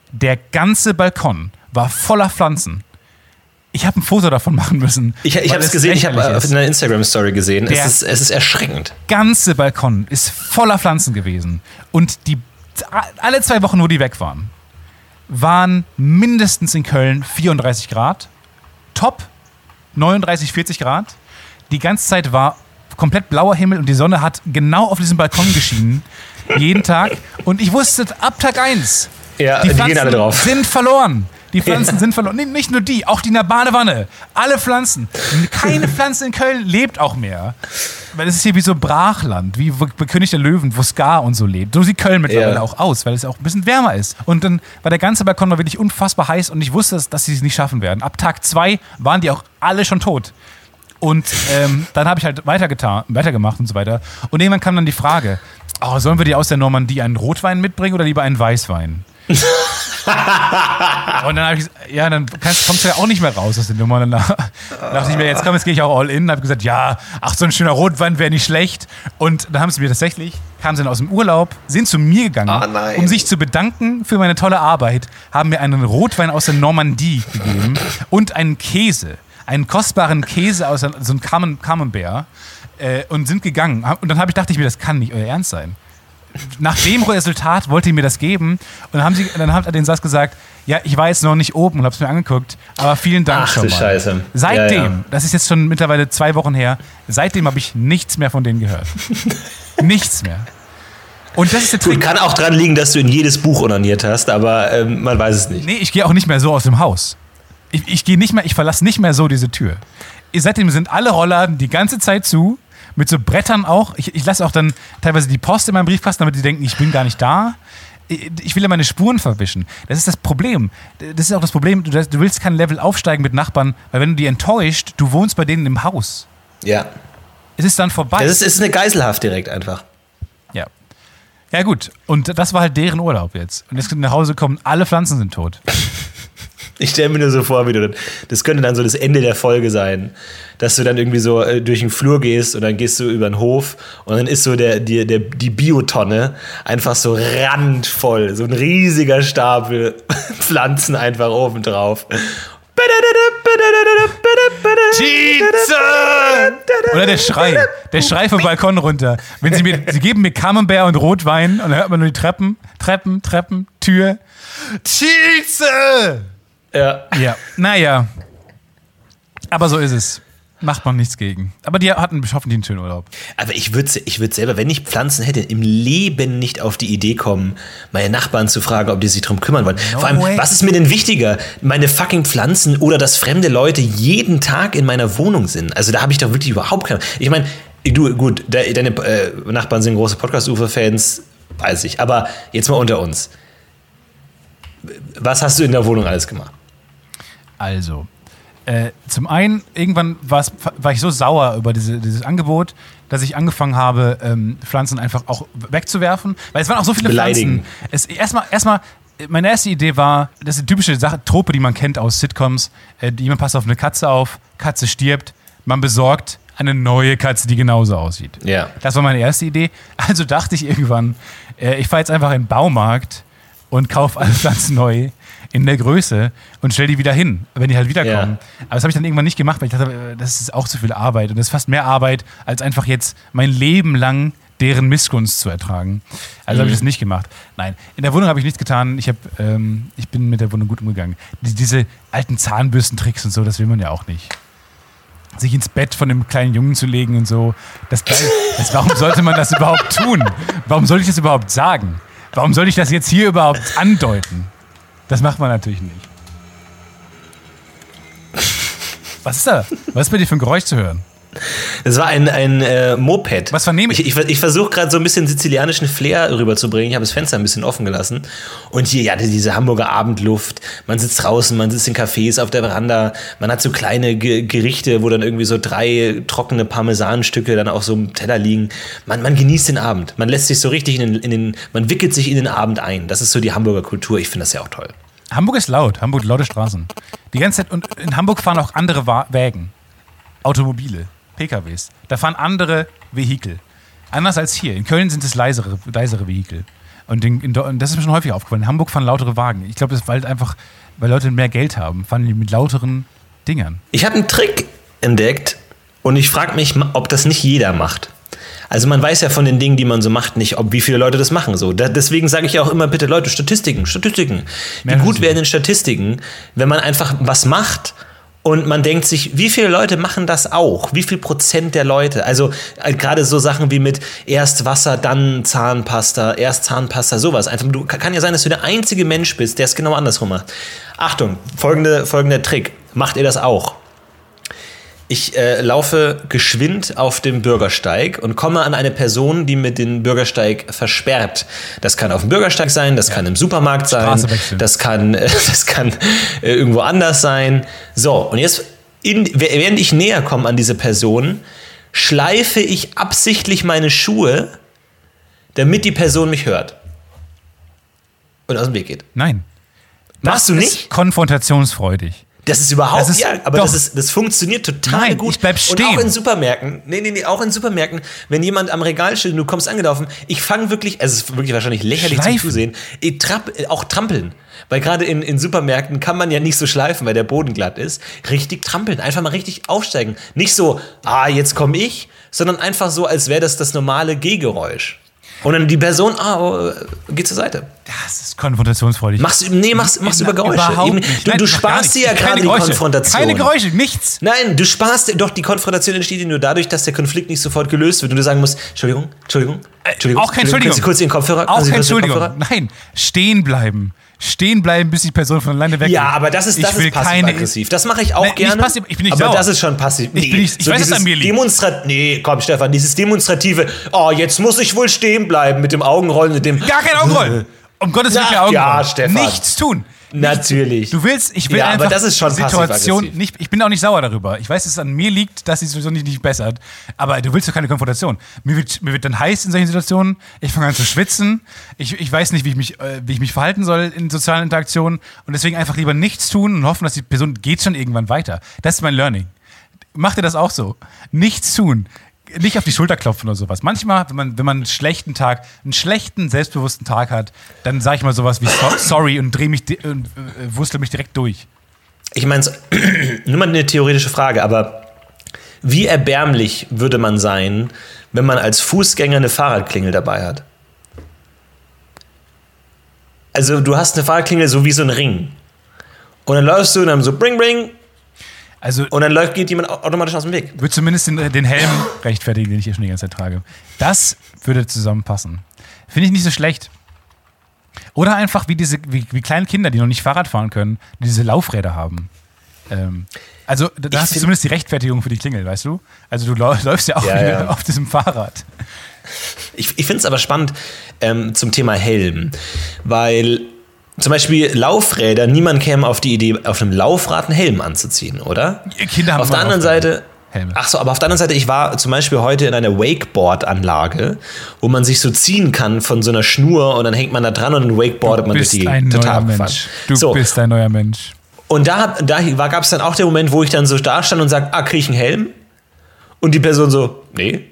Balkon war voller Pflanzen. Ich habe ein Foto davon machen müssen. Ich habe es gesehen, ich habe auf einer Instagram-Story gesehen. Es ist erschreckend. Der ganze Balkon ist voller Pflanzen gewesen. Und alle 2 Wochen, wo die weg waren mindestens in Köln 34 Grad. Top 39, 40 Grad. Die ganze Zeit war komplett blauer Himmel und die Sonne hat genau auf diesem Balkon geschienen. Jeden Tag. Und ich wusste ab Tag 1, die Pflanzen gehen alle drauf. Sind verloren. Die Pflanzen sind verloren. Nee, nicht nur die, auch die in der Badewanne. Alle Pflanzen. Keine Pflanze in Köln lebt auch mehr. Weil es ist hier wie so Brachland, wie bei König der Löwen, wo Scar und so lebt. So sieht Köln mittlerweile auch aus, weil es auch ein bisschen wärmer ist. Und dann war der ganze Balkon war wirklich unfassbar heiß und ich wusste, dass sie es nicht schaffen werden. Ab Tag 2 waren die auch alle schon tot. Und dann habe ich halt weitergemacht und so weiter. Und irgendwann kam dann die Frage, sollen wir dir aus der Normandie einen Rotwein mitbringen oder lieber einen Weißwein? Und dann habe ich gesagt, ja, dann kommst du ja auch nicht mehr raus aus der Nummer. Und dann dachte ich mir, jetzt gehe ich auch all in. Habe gesagt, ja, so ein schöner Rotwein wäre nicht schlecht. Und dann haben sie mir kamen sie dann aus dem Urlaub, sind zu mir gegangen, um sich zu bedanken für meine tolle Arbeit, haben mir einen Rotwein aus der Normandie gegeben und einen Käse, einen kostbaren Käse aus so einem Camembert und sind gegangen. Und dann dachte ich mir, das kann nicht euer Ernst sein. Nach dem Resultat wollte ich mir das geben und dann hat er den Satz gesagt, ja, ich war jetzt noch nicht oben und hab's mir angeguckt, aber vielen Dank schon mal. Ach du Scheiße. Seitdem, das ist jetzt schon mittlerweile 2 Wochen her, seitdem habe ich nichts mehr von denen gehört. Nichts mehr. Und das ist der Trick. Kann auch dran liegen, dass du in jedes Buch onaniert hast, aber man weiß es nicht. Nee, ich gehe auch nicht mehr so aus dem Haus. Ich verlasse nicht mehr so diese Tür. Seitdem sind alle Rollladen die ganze Zeit zu. Mit so Brettern auch. Ich lasse auch dann teilweise die Post in meinem Briefkasten, damit die denken, ich bin gar nicht da. Ich will ja meine Spuren verwischen. Das ist das Problem. Das ist auch das Problem, du willst kein Level aufsteigen mit Nachbarn, weil wenn du die enttäuscht, du wohnst bei denen im Haus. Ja. Es ist dann vorbei. Es ist eine Geiselhaft direkt einfach. Ja. Ja gut, und das war halt deren Urlaub jetzt. Und jetzt nach Hause kommen, alle Pflanzen sind tot. Ich stelle mir nur so vor, das könnte dann so das Ende der Folge sein, dass du dann irgendwie so durch den Flur gehst und dann gehst du über den Hof und dann ist so die Biotonne einfach so randvoll, so ein riesiger Stapel Pflanzen einfach oben drauf. Oder der Schrei vom Balkon runter. Sie geben mir Camembert und Rotwein und dann hört man nur die Treppen, Tür. Tietze! Ja. Naja. Aber so ist es. Macht man nichts gegen. Aber die hatten hoffentlich einen schönen Urlaub. Aber ich würde selber, wenn ich Pflanzen hätte, im Leben nicht auf die Idee kommen, meine Nachbarn zu fragen, ob die sich drum kümmern wollen. Vor allem, was ist mir denn wichtiger? Meine fucking Pflanzen oder dass fremde Leute jeden Tag in meiner Wohnung sind? Also da habe ich doch wirklich überhaupt keine... Ich meine, deine Nachbarn sind große Podcast-Ufer-Fans, weiß ich. Aber jetzt mal unter uns. Was hast du in der Wohnung alles gemacht? Also, zum einen, irgendwann war ich so sauer über dieses Angebot, dass ich angefangen habe, Pflanzen einfach auch wegzuwerfen. Weil es waren auch so viele Pflanzen. Erstmal, meine erste Idee war, das ist eine typische Trope, die man kennt aus Sitcoms. Jemand passt auf eine Katze auf, Katze stirbt, man besorgt eine neue Katze, die genauso aussieht. Ja. Das war meine erste Idee. Also dachte ich irgendwann, ich fahre jetzt einfach in den Baumarkt und kaufe alle Pflanzen neu in der Größe und stell die wieder hin, wenn die halt wiederkommen. Ja. Aber das habe ich dann irgendwann nicht gemacht, weil ich dachte, das ist auch zu viel Arbeit. Und das ist fast mehr Arbeit, als einfach jetzt mein Leben lang deren Missgunst zu ertragen. Also habe ich das nicht gemacht. Nein, in der Wohnung habe ich nichts getan. Ich bin mit der Wohnung gut umgegangen. Diese alten Zahnbürstentricks und so, das will man ja auch nicht. Sich ins Bett von einem kleinen Jungen zu legen und so. Warum sollte man das überhaupt tun? Warum soll ich das überhaupt sagen? Warum soll ich das jetzt hier überhaupt andeuten? Das macht man natürlich nicht. Was ist da? Was ist bei dir für ein Geräusch zu hören? Es war ein Moped. Was vernehme ich? Ich versuche gerade so ein bisschen sizilianischen Flair rüberzubringen. Ich habe das Fenster ein bisschen offen gelassen. Und hier, diese Hamburger Abendluft. Man sitzt draußen, man sitzt in Cafés auf der Veranda. Man hat so kleine Gerichte, wo dann irgendwie so 3 trockene Parmesanstücke dann auf so einem Teller liegen. Man genießt den Abend. Man lässt sich so richtig man wickelt sich in den Abend ein. Das ist so die Hamburger Kultur. Ich finde das ja auch toll. Hamburg ist laut. Hamburg laute Straßen. Die ganze Zeit. Und in Hamburg fahren auch andere Wägen. Automobile. PKWs. Da fahren andere Vehikel. Anders als hier. In Köln sind es leisere Vehikel. Und das ist mir schon häufig aufgefallen. In Hamburg fahren lautere Wagen. Ich glaube, das ist halt einfach, weil Leute mehr Geld haben, fahren die mit lauteren Dingern. Ich habe einen Trick entdeckt und ich frage mich, ob das nicht jeder macht. Also man weiß ja von den Dingen, die man so macht, nicht, wie viele Leute das machen. So. Deswegen sage ich ja auch immer, bitte Leute, Statistiken. Wie gut wären denn Statistiken, wenn man einfach was macht Und man denkt sich, wie viele Leute machen das auch? Wie viel Prozent der Leute? Also gerade so Sachen wie mit erst Wasser, dann Zahnpasta, erst Zahnpasta, sowas. Einfach, kann ja sein, dass du der einzige Mensch bist, der es genau andersrum macht. Achtung, folgender Trick. Macht ihr das auch? Ich laufe geschwind auf dem Bürgersteig und komme an eine Person, die mir den Bürgersteig versperrt. Das kann auf dem Bürgersteig sein, das kann im Supermarkt sein, das kann irgendwo anders sein. So, und jetzt, während ich näher komme an diese Person, schleife ich absichtlich meine Schuhe, damit die Person mich hört und aus dem Weg geht. Nein. Machst du nicht? Konfrontationsfreudig. Das ist überhaupt, das funktioniert total gut. Ich bleib stehen. Und auch in Supermärkten, auch in Supermärkten, wenn jemand am Regal steht und du kommst angelaufen, ich fange wirklich, es ist wirklich wahrscheinlich lächerlich zum Zusehen, auch trampeln. Weil gerade in Supermärkten kann man ja nicht so schleifen, weil der Boden glatt ist. Richtig trampeln, einfach mal richtig aufsteigen. Nicht so, jetzt komme ich, sondern einfach so, als wäre das normale Gehgeräusch. Und dann die Person, geht zur Seite. Das ist konfrontationsfreudig. Machst über Geräusche. Du sparst dir ja gerade die Konfrontation. Keine Geräusche, nichts. Nein, du sparst doch, die Konfrontation entsteht dir nur dadurch, dass der Konflikt nicht sofort gelöst wird und du sagen musst, Entschuldigung. Auch kein Entschuldigung. Können Sie kurz Ihren Kopfhörer? Auch kein Entschuldigung. Nein, stehen bleiben, bis die Person von alleine weg ist. Ja, aber das ist passiv-aggressiv. Das mache ich auch gerne. Ich bin nicht aber sauer. Das ist schon passiv. Ich weiß, dass an mir liegt. Nee, komm, Stefan, dieses demonstrative, jetzt muss ich wohl stehen bleiben mit dem Augenrollen, mit dem... Gar kein Augenrollen. Um Gottes Willen, Augenrollen. Ja, Stefan. Nichts tun. Natürlich. Ich will einfach aber das ist schon Situation nicht. Ich bin auch nicht sauer darüber. Ich weiß, dass es an mir liegt, dass die Situation nicht bessert. Aber du willst doch keine Konfrontation. Mir wird dann heiß in solchen Situationen. Ich fange an zu schwitzen. Ich weiß nicht, wie ich mich verhalten soll in sozialen Interaktionen. Und deswegen einfach lieber nichts tun und hoffen, dass die Person geht schon irgendwann weiter. Das ist mein Learning. Macht ihr das auch so? Nichts tun. Nicht auf die Schulter klopfen oder sowas. Manchmal, wenn man einen schlechten, selbstbewussten Tag hat, dann sage ich mal sowas wie sorry und wustle mich direkt durch. Ich meine, nur mal eine theoretische Frage, aber wie erbärmlich würde man sein, wenn man als Fußgänger eine Fahrradklingel dabei hat? Also du hast eine Fahrradklingel so wie so ein Ring. Und dann läufst du und dann so bring, bring. Und dann geht jemand automatisch aus dem Weg. Würde zumindest den Helm rechtfertigen, den ich hier schon die ganze Zeit trage. Das würde zusammenpassen. Finde ich nicht so schlecht. Oder einfach wie kleine Kinder, die noch nicht Fahrrad fahren können, die diese Laufräder haben. Da hast du zumindest die Rechtfertigung für die Klingel, weißt du? Also du läufst ja auch auf diesem Fahrrad. Ich finde es aber spannend zum Thema Helm, weil zum Beispiel Laufräder, niemand käme auf die Idee, auf einem Laufrad einen Helm anzuziehen, oder? Kinder haben auf der anderen Seite Helme. Aber auf der anderen Seite, ich war zum Beispiel heute in einer Wakeboard-Anlage, wo man sich so ziehen kann von so einer Schnur und dann hängt man da dran und dann wakeboardet man durch die total abgefahren. Du bist ein neuer Mensch. Und da gab es dann auch den Moment, wo ich dann so da stand und sage, kriege ich einen Helm? Und die Person so, nee.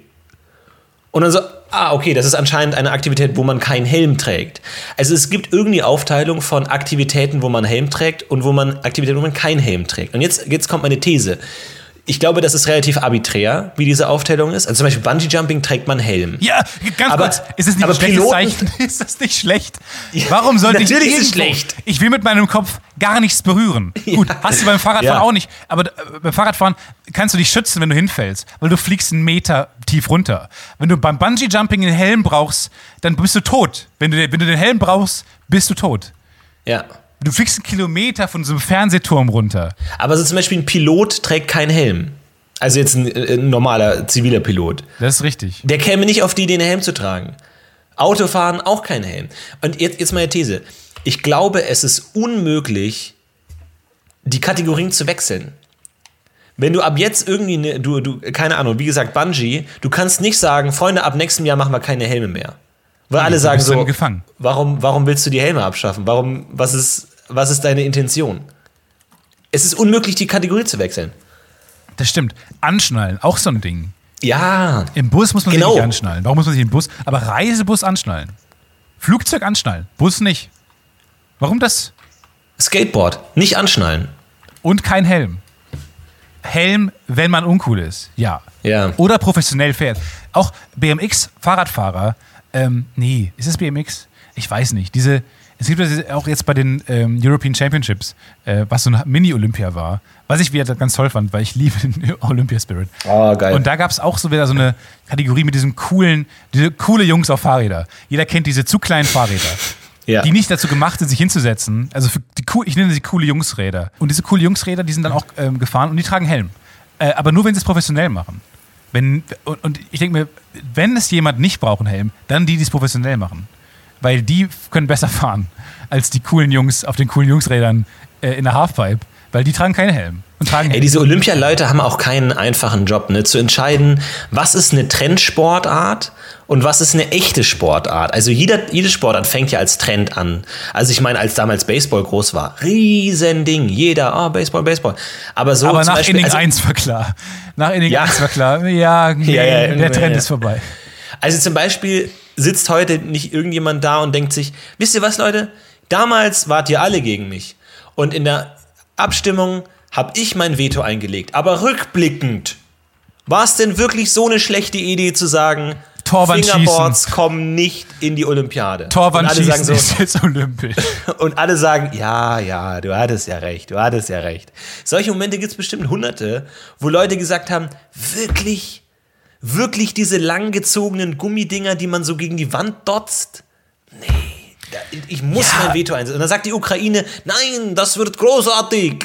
Und dann so, okay, das ist anscheinend eine Aktivität, wo man keinen Helm trägt. Also es gibt irgendwie Aufteilung von Aktivitäten, wo man Helm trägt und Aktivitäten, wo man keinen Helm trägt. Und jetzt kommt meine These. Ich glaube, das ist relativ arbiträr, wie diese Aufteilung ist. Also zum Beispiel Bungee-Jumping trägt man Helm. Ja, ganz kurz. Ist das nicht ein schlechtes Zeichen? Ist das nicht schlecht? Warum sollte ich natürlich ist es schlecht. Ich will mit meinem Kopf gar nichts berühren. Ja. Gut, hast du beim Fahrradfahren auch nicht. Aber beim Fahrradfahren kannst du dich schützen, wenn du hinfällst. Weil du fliegst 1 Meter tief runter. Wenn du beim Bungee-Jumping einen Helm brauchst, dann bist du tot. Wenn du den Helm brauchst, bist du tot. Ja. Du fliegst 1 Kilometer von so einem Fernsehturm runter. Aber so zum Beispiel ein Pilot trägt keinen Helm. Also jetzt ein normaler ziviler Pilot. Das ist richtig. Der käme nicht auf die Idee, einen Helm zu tragen. Autofahren auch kein Helm. Und jetzt meine These. Ich glaube, es ist unmöglich, die Kategorien zu wechseln. Wenn du ab jetzt irgendwie, keine Ahnung, wie gesagt, Bungee, du kannst nicht sagen, Freunde, ab nächstem Jahr machen wir keine Helme mehr. Weil alle sagen so, warum willst du die Helme abschaffen? Was ist deine Intention? Es ist unmöglich, die Kategorie zu wechseln. Das stimmt. Anschnallen, auch so ein Ding. Ja. Im Bus muss man sich nicht anschnallen. Warum muss man sich im Bus? Aber Reisebus anschnallen. Flugzeug anschnallen. Bus nicht. Warum das? Skateboard, nicht anschnallen. Und kein Helm. Helm, wenn man uncool ist. Ja. Oder professionell fährt. Auch BMX-Fahrradfahrer. Nee, ist es BMX? Ich weiß nicht. Es gibt das auch jetzt bei den European Championships, was so ein Mini-Olympia war, was ich wieder ganz toll fand, weil ich liebe den Olympia-Spirit. Oh, geil. Und da gab es auch so wieder so eine Kategorie mit diese coole Jungs auf Fahrräder. Jeder kennt diese zu kleinen Fahrräder. Ja. Die nicht dazu gemacht sind, sich hinzusetzen. Also ich nenne sie coole Jungsräder. Und diese coole Jungsräder, die sind dann auch gefahren und die tragen Helm. Aber nur, wenn sie es professionell machen. Und ich denke mir, wenn es jemand nicht braucht, einen Helm, dann die es professionell machen. Weil die können besser fahren als die coolen Jungs auf den coolen Jungsrädern in der Halfpipe. Weil die tragen keinen Helm. Diese Olympialeute haben auch keinen einfachen Job, ne? Zu entscheiden, was ist eine Trendsportart und was ist eine echte Sportart. Also jede Sportart fängt ja als Trend an. Also ich meine, als damals Baseball groß war, Riesending, jeder, Baseball. Aber nach Beispiel, Inning 1 war klar. Nach Inning 1 war klar, der Trend ist vorbei. Also zum Beispiel sitzt heute nicht irgendjemand da und denkt sich, wisst ihr was, Leute? Damals wart ihr alle gegen mich. Und in der Abstimmung habe ich mein Veto eingelegt. Aber rückblickend, war es denn wirklich so eine schlechte Idee zu sagen, Fingerboards kommen nicht in die Olympiade? Torwandschießen so, ist jetzt olympisch. Und alle sagen, ja, du hattest ja recht. Solche Momente gibt es bestimmt hunderte, wo Leute gesagt haben, wirklich diese langgezogenen Gummidinger, die man so gegen die Wand dotzt? Nee. Ich muss mein Veto einsetzen. Und dann sagt die Ukraine, nein, das wird großartig.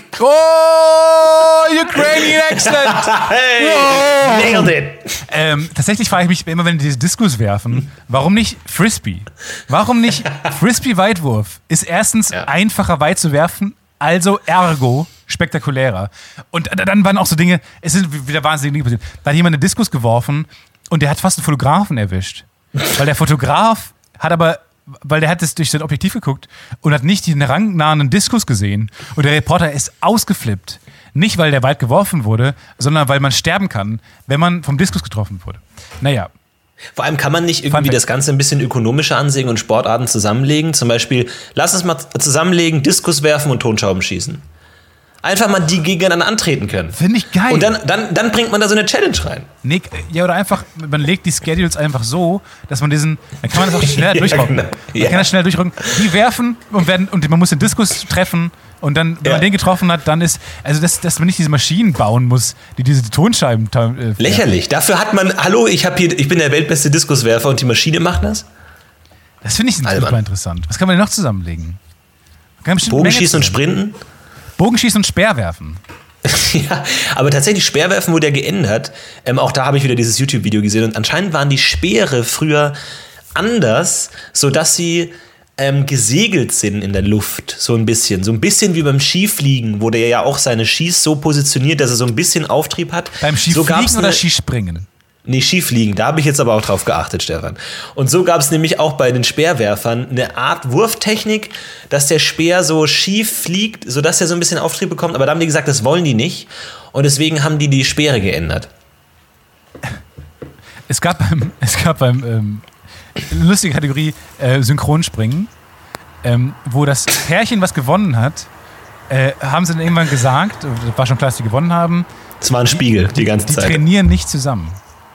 Oh, Ukrainian excellent. Hey, nailed it. Tatsächlich frage ich mich immer, wenn die diese Diskus werfen, warum nicht Frisbee? Warum nicht Frisbee-Weitwurf? Ist erstens einfacher weit zu werfen, also ergo spektakulärer. Und dann waren auch so Dinge, es sind wieder wahnsinnige Dinge passiert. Da hat jemand einen Diskus geworfen und der hat fast einen Fotografen erwischt. Weil der Fotograf weil der hat es durch sein Objektiv geguckt und hat nicht den rangnahenden Diskus gesehen. Und der Reporter ist ausgeflippt. Nicht, weil der weit geworfen wurde, sondern weil man sterben kann, wenn man vom Diskus getroffen wurde. Naja. Vor allem kann man nicht irgendwie das Ganze ein bisschen ökonomischer ansehen und Sportarten zusammenlegen. Zum Beispiel, lass uns mal zusammenlegen, Diskus werfen und Tonschrauben schießen. Einfach mal die gegeneinander antreten können. Finde ich geil. Und dann bringt man da so eine Challenge rein. Nee, oder einfach, man legt die Schedules einfach so, dass man dann kann man das auch schneller durchrocken. Genau. Man kann das schneller durchrocken. Die werfen und man muss den Diskus treffen und dann, wenn man den getroffen hat, dann ist, also dass man nicht diese Maschinen bauen muss, die diese Tonscheiben lächerlich. Dafür hat man, hallo, ich bin der weltbeste Diskuswerfer und die Maschine macht das? Das finde ich super interessant. Was kann man denn noch zusammenlegen? Bogenschießen und Sprinten? Bogenschießen und Speerwerfen. Ja, aber tatsächlich Speerwerfen wurde ja geändert. Auch da habe ich wieder dieses YouTube-Video gesehen. Und anscheinend waren die Speere früher anders, sodass sie gesegelt sind in der Luft. So ein bisschen wie beim Skifliegen, wo der ja auch seine Skis so positioniert, dass er so ein bisschen Auftrieb hat. Beim Skifliegen oder Skispringen? Nee, Skifliegen, da habe ich jetzt aber auch drauf geachtet, Stefan. Und so gab es nämlich auch bei den Speerwerfern eine Art Wurftechnik, dass der Speer so schief fliegt, sodass er so ein bisschen Auftrieb bekommt. Aber da haben die gesagt, das wollen die nicht. Und deswegen haben die Speere geändert. Es gab beim eine lustige Kategorie Synchronspringen, wo das Pärchen, was gewonnen hat, haben sie dann irgendwann gesagt, das war schon klar, dass die gewonnen haben. Das war ein Spiegel die ganze Zeit. Die trainieren nicht zusammen.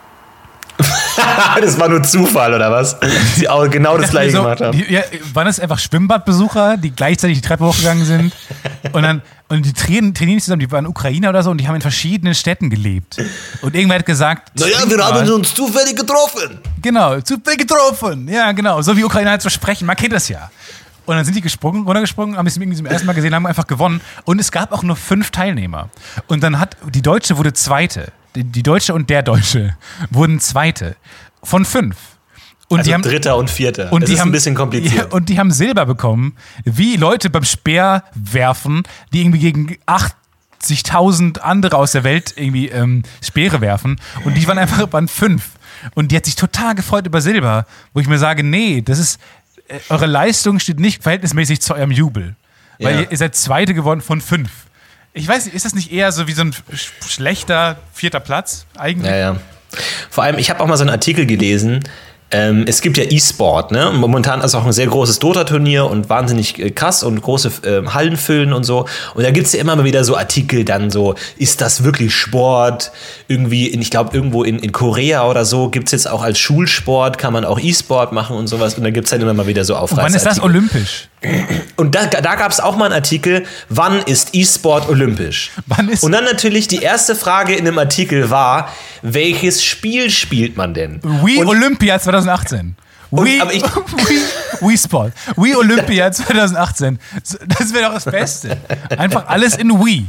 Das war nur Zufall, oder was? Die auch genau das gleiche gemacht haben. Waren es einfach Schwimmbadbesucher, die gleichzeitig die Treppe hochgegangen sind? Und die trainieren nicht zusammen, die waren Ukrainer oder so und die haben in verschiedenen Städten gelebt. Und irgendwer hat gesagt... Naja, wir haben uns zufällig getroffen. Genau, zufällig getroffen. Ja, genau. So wie Ukrainer halt so sprechen, man kennt das ja. Und dann sind die runtergesprungen, haben es irgendwie zum ersten Mal gesehen, haben einfach gewonnen. Und es gab auch nur 5 Teilnehmer. Und dann die Deutsche wurde Zweite. Die Deutsche und der Deutsche wurden Zweite von 5. Und also Dritter und Vierter. Und das ist ein bisschen kompliziert. Ja, und die haben Silber bekommen, wie Leute beim Speerwerfen, die irgendwie gegen 80.000 andere aus der Welt irgendwie Speere werfen. Und die waren 5. Und die hat sich total gefreut über Silber, wo ich mir sage, nee, das ist... Eure Leistung steht nicht verhältnismäßig zu eurem Jubel. Weil ihr seid Zweite geworden von 5. Ich weiß nicht, ist das nicht eher so wie so ein schlechter 4. Platz eigentlich? Ja. Vor allem, ich habe auch mal so einen Artikel gelesen. Es gibt ja E-Sport, ne? Momentan ist auch ein sehr großes Dota-Turnier und wahnsinnig krass und große Hallen füllen und so. Und da gibt es ja immer mal wieder so Artikel dann so, ist das wirklich Sport? Irgendwie, ich glaube, irgendwo in Korea oder so gibt es jetzt auch als Schulsport, kann man auch E-Sport machen und sowas. Und da gibt es dann immer mal wieder so Aufreißartikel. Wann ist das olympisch? Und da gab es auch mal einen Artikel, wann ist E-Sport olympisch? Und dann natürlich die erste Frage in dem Artikel war, welches Spiel spielt man denn? Wii Olympia 2018. Wii Sport. Wii Olympia 2018. Das wäre doch das Beste. Einfach alles in Wii.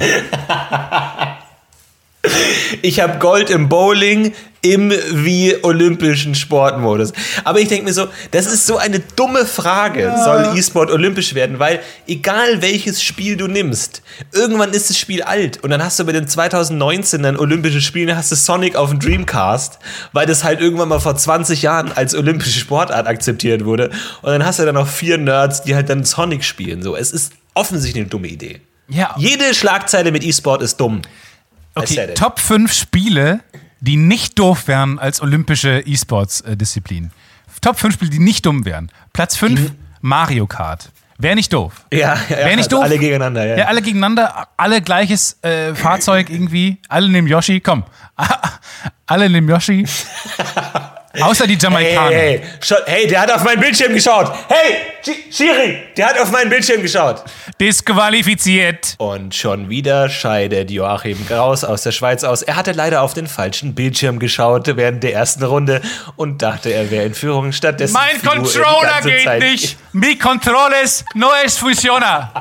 Ich habe Gold im Bowling im wie olympischen Sportmodus. Aber ich denke mir so, das ist so eine dumme Frage. Ja. Soll E-Sport olympisch werden? Weil egal welches Spiel du nimmst, irgendwann ist das Spiel alt. Und dann hast du bei den 2019 dann Olympischen Spielen, hast du Sonic auf dem Dreamcast, weil das halt irgendwann mal vor 20 Jahren als olympische Sportart akzeptiert wurde. Und dann hast du dann noch 4 Nerds, die halt dann Sonic spielen. So, es ist offensichtlich eine dumme Idee. Ja. Jede Schlagzeile mit E-Sport ist dumm. Okay, Top 5 Spiele, die nicht doof wären als olympische E-Sports-Disziplin. Top 5 Spiele, die nicht dumm wären. Platz 5, Mario Kart. Wäre nicht doof. Ja, wäre nicht doof. Alle gegeneinander, ja. Ja, alle gegeneinander, alle gleiches Fahrzeug irgendwie. Alle nehmen Yoshi, komm. Alle nehmen Yoshi. Außer die Jamaikaner. Hey, der hat auf meinen Bildschirm geschaut. Hey, Schiri, der hat auf meinen Bildschirm geschaut. Disqualifiziert. Und schon wieder scheidet Joachim Graus aus der Schweiz aus. Er hatte leider auf den falschen Bildschirm geschaut während der ersten Runde und dachte, er wäre in Führung. Stattdessen mein Controller geht Zeit nicht. Mi controles no es funciona.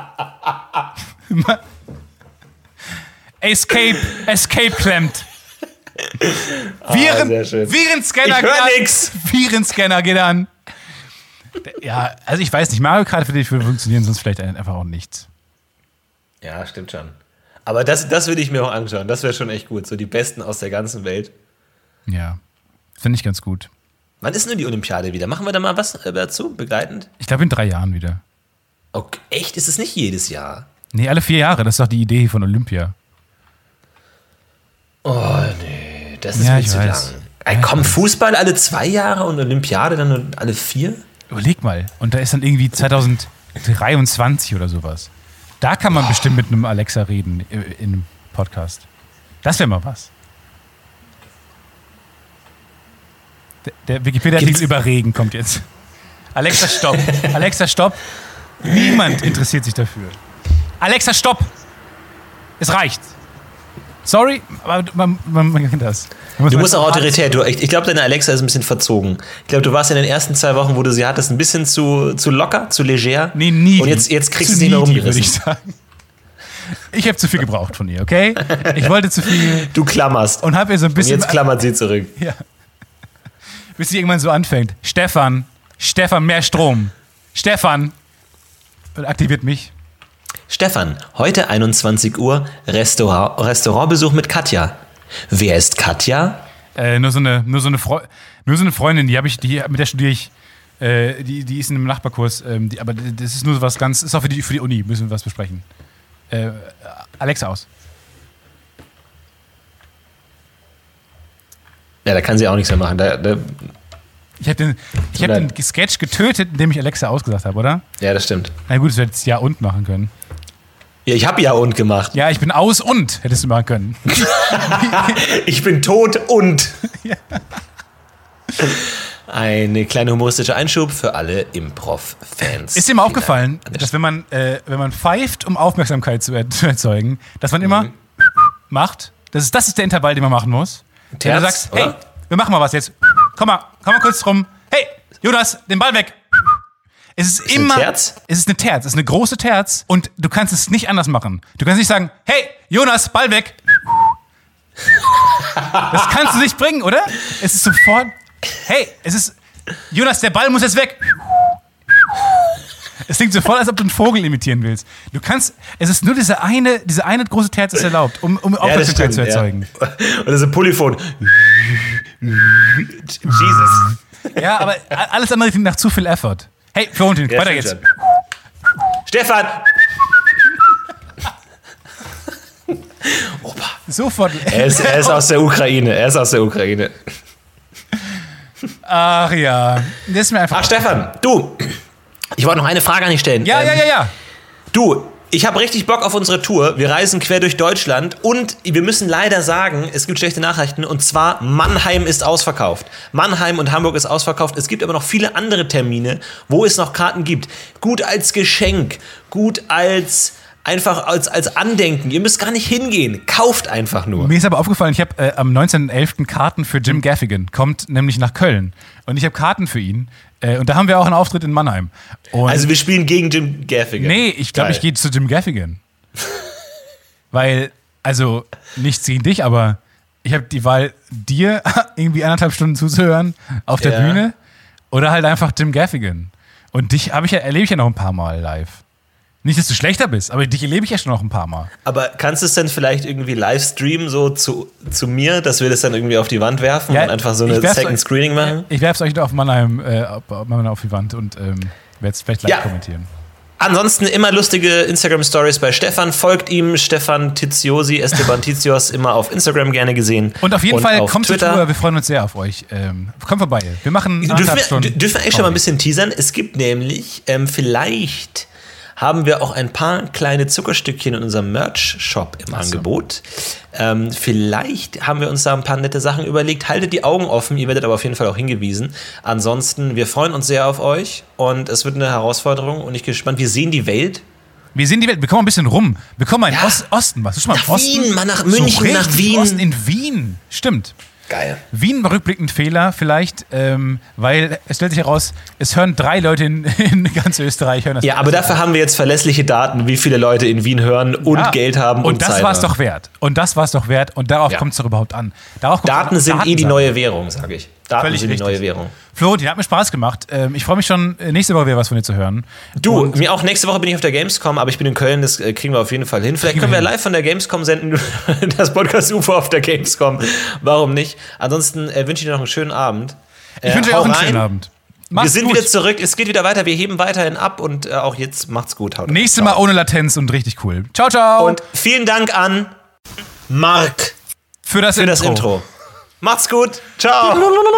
Escape klemmt. Virenscanner geht an. Virenscanner geht an. Ja, also ich weiß nicht, Mario Kart würde funktionieren, sonst vielleicht einfach auch nichts. Ja, stimmt schon. Aber das würde ich mir auch anschauen. Das wäre schon echt gut. So die Besten aus der ganzen Welt. Ja, finde ich ganz gut. Wann ist nur die Olympiade wieder? Machen wir da mal was dazu, begleitend? Ich glaube in 3 Jahren wieder. Okay, echt? Ist es nicht jedes Jahr? Nee, alle 4 Jahre. Das ist doch die Idee von Olympia. Oh, nee, das ist mir zu lang. Komm, Fußball alle 2 Jahre und Olympiade dann nur alle 4? Überleg mal. Und da ist dann irgendwie 2023 oder sowas. Da kann man bestimmt mit einem Alexa reden in einem Podcast. Das wäre mal was. Der Wikipedia-Artikel über Regen kommt jetzt. Alexa, stopp. Alexa, stopp. Niemand interessiert sich dafür. Alexa, stopp. Es reicht. Sorry, aber man kennt das. Du musst auch Autorität. Ich glaube, deine Alexa ist ein bisschen verzogen. Ich glaube, du warst in den ersten 2 Wochen, wo du sie hattest, ein bisschen zu locker, zu leger. Nee, nie. Und jetzt kriegst du sie nicht mehr rumgerissen. Würde ich sagen. Ich habe zu viel gebraucht von ihr, okay? Ich wollte zu viel. Du klammerst. Und habe ihr so ein bisschen. Und jetzt klammert sie zurück. Ja. Bis sie irgendwann so anfängt. Stefan, mehr Strom. Stefan. Und aktiviert mich. Stefan, heute 21 Uhr, Restaurantbesuch mit Katja. Wer ist Katja? Nur so eine Freundin, mit der studiere ich, die ist in einem Nachbarkurs, aber das ist nur so was ganz, ist auch für die Uni, müssen wir was besprechen. Alexa aus. Ja, da kann sie auch nichts mehr machen. Ich hab den Sketch getötet, indem ich Alexa ausgesagt habe, oder? Ja, das stimmt. Na gut, das hättest du ja und machen können. Ja, ich habe ja und gemacht. Ja, ich bin aus und hättest du machen können. Ich bin tot und. Ja. Eine kleine humoristische Einschub für alle Improv-Fans. Ist dir mal aufgefallen, dass wenn man pfeift, um Aufmerksamkeit zu erzeugen, dass man immer macht, das ist der Intervall, den man machen muss. Wenn du sagst, hey, wir machen mal was jetzt. Komm mal kurz rum. Hey, Jonas, den Ball weg. Es ist immer. Eine Terz? Es ist eine Terz. Es ist eine große Terz. Und du kannst es nicht anders machen. Du kannst nicht sagen, hey, Jonas, Ball weg. Das kannst du nicht bringen, oder? Es ist sofort. Hey, Jonas, der Ball muss jetzt weg. Es klingt sofort, als ob du einen Vogel imitieren willst. Es ist nur diese eine große Terz ist erlaubt, um Aufmerksamkeit zu erzeugen. Ja. Und das ist ein Polyphon. Jesus. Ja, aber alles andere klingt nach zu viel Effort. Hey, Florentin, ja, weiter geht's. Stefan! Opa. Sofort. Er ist aus der Ukraine. Ach ja. Das ist mir einfach. Ach, Stefan, du. Ich wollte noch eine Frage an dich stellen. Ja. Du, Ich habe richtig Bock auf unsere Tour. Wir reisen quer durch Deutschland und wir müssen leider sagen, es gibt schlechte Nachrichten und zwar Mannheim ist ausverkauft. Mannheim und Hamburg ist ausverkauft. Es gibt aber noch viele andere Termine, wo es noch Karten gibt. Gut als Geschenk, gut als Andenken. Ihr müsst gar nicht hingehen. Kauft einfach nur. Mir ist aber aufgefallen, ich habe am 19.11. Karten für Jim Gaffigan. Kommt nämlich nach Köln. Und ich habe Karten für ihn. Und da haben wir auch einen Auftritt in Mannheim. Und also wir spielen gegen Jim Gaffigan. Nee, ich glaube, ich gehe zu Jim Gaffigan. Weil, also nichts gegen dich, aber ich habe die Wahl, dir irgendwie 1,5 Stunden zuzuhören auf der Bühne oder halt einfach Jim Gaffigan. Und dich erlebe ich ja noch ein paar Mal live. Nicht, dass du schlechter bist, aber dich erlebe ich ja schon noch ein paar Mal. Aber kannst du es denn vielleicht irgendwie live streamen, so zu mir, dass wir das dann irgendwie auf die Wand werfen und einfach so eine Second Screening machen? Ich werfe es euch auf Mannheim auf die Wand und werde es vielleicht live kommentieren. Ansonsten immer lustige Instagram-Stories bei Stefan. Folgt ihm, Stefan Tiziosi, Esteban Tizios, immer auf Instagram gerne gesehen. Und auf jeden Fall kommt zur Tour, wir freuen uns sehr auf euch. Kommt vorbei. Wir machen dürfen wir eigentlich schon mal ein bisschen teasern? Es gibt nämlich vielleicht haben wir auch ein paar kleine Zuckerstückchen in unserem Merch-Shop im Angebot. Vielleicht haben wir uns da ein paar nette Sachen überlegt. Haltet die Augen offen, ihr werdet aber auf jeden Fall auch hingewiesen. Ansonsten, wir freuen uns sehr auf euch und es wird eine Herausforderung und ich bin gespannt. Wir sehen die Welt. Wir kommen ein bisschen rum. Wir kommen mal in Osten. Was ist schon mal nach Osten? Wien, mal nach München, so nach Wien. Osten in Wien, stimmt. Geil. Wien rückblickend Fehler vielleicht, weil es stellt sich heraus, es hören 3 Leute in ganz Österreich. Hören das aber dafür haben wir jetzt verlässliche Daten, wie viele Leute in Wien hören und Geld haben und Zeit. Und das war es doch wert. Und darauf kommt es doch überhaupt an. Daten sind die neue Währung, sage ich. Daten sind die neue Währung. Flo, hat mir Spaß gemacht. Ich freue mich schon, nächste Woche wieder was von dir zu hören. Mir auch nächste Woche bin ich auf der Gamescom, aber ich bin in Köln, das kriegen wir auf jeden Fall hin. Vielleicht können wir live von der Gamescom senden, das Podcast-UFO auf der Gamescom. Warum nicht? Ansonsten wünsche ich dir noch einen schönen Abend. Ich wünsche dir auch einen schönen Abend. Wir sind wieder zurück, es geht wieder weiter, wir heben weiterhin ab und auch jetzt macht's gut. Nächstes Mal ohne Latenz und richtig cool. Ciao, ciao. Und vielen Dank an Marc für das Intro. Macht's gut. Ciao.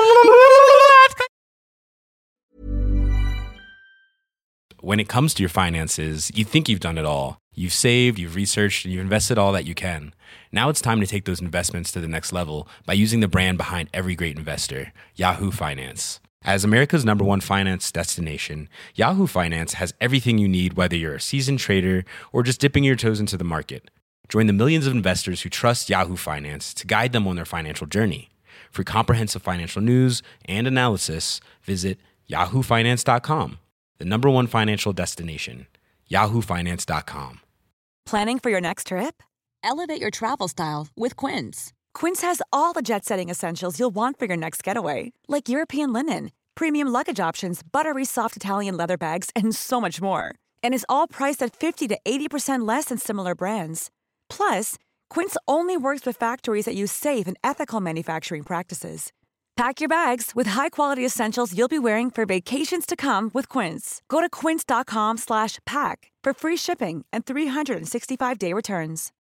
When it comes to your finances, you think you've done it all. You've saved, you've researched, and you've invested all that you can. Now it's time to take those investments to the next level by using the brand behind every great investor, Yahoo Finance. As America's #1 finance destination, Yahoo Finance has everything you need, whether you're a seasoned trader or just dipping your toes into the market. Join the millions of investors who trust Yahoo Finance to guide them on their financial journey. For comprehensive financial news and analysis, visit yahoofinance.com, the #1 financial destination, yahoofinance.com. Planning for your next trip? Elevate your travel style with Quince. Quince has all the jet-setting essentials you'll want for your next getaway, like European linen, premium luggage options, buttery soft Italian leather bags, and so much more. And is all priced at 50 to 80% less than similar brands. Plus, Quince only works with factories that use safe and ethical manufacturing practices. Pack your bags with high-quality essentials you'll be wearing for vacations to come with Quince. Go to quince.com/pack for free shipping and 365-day returns.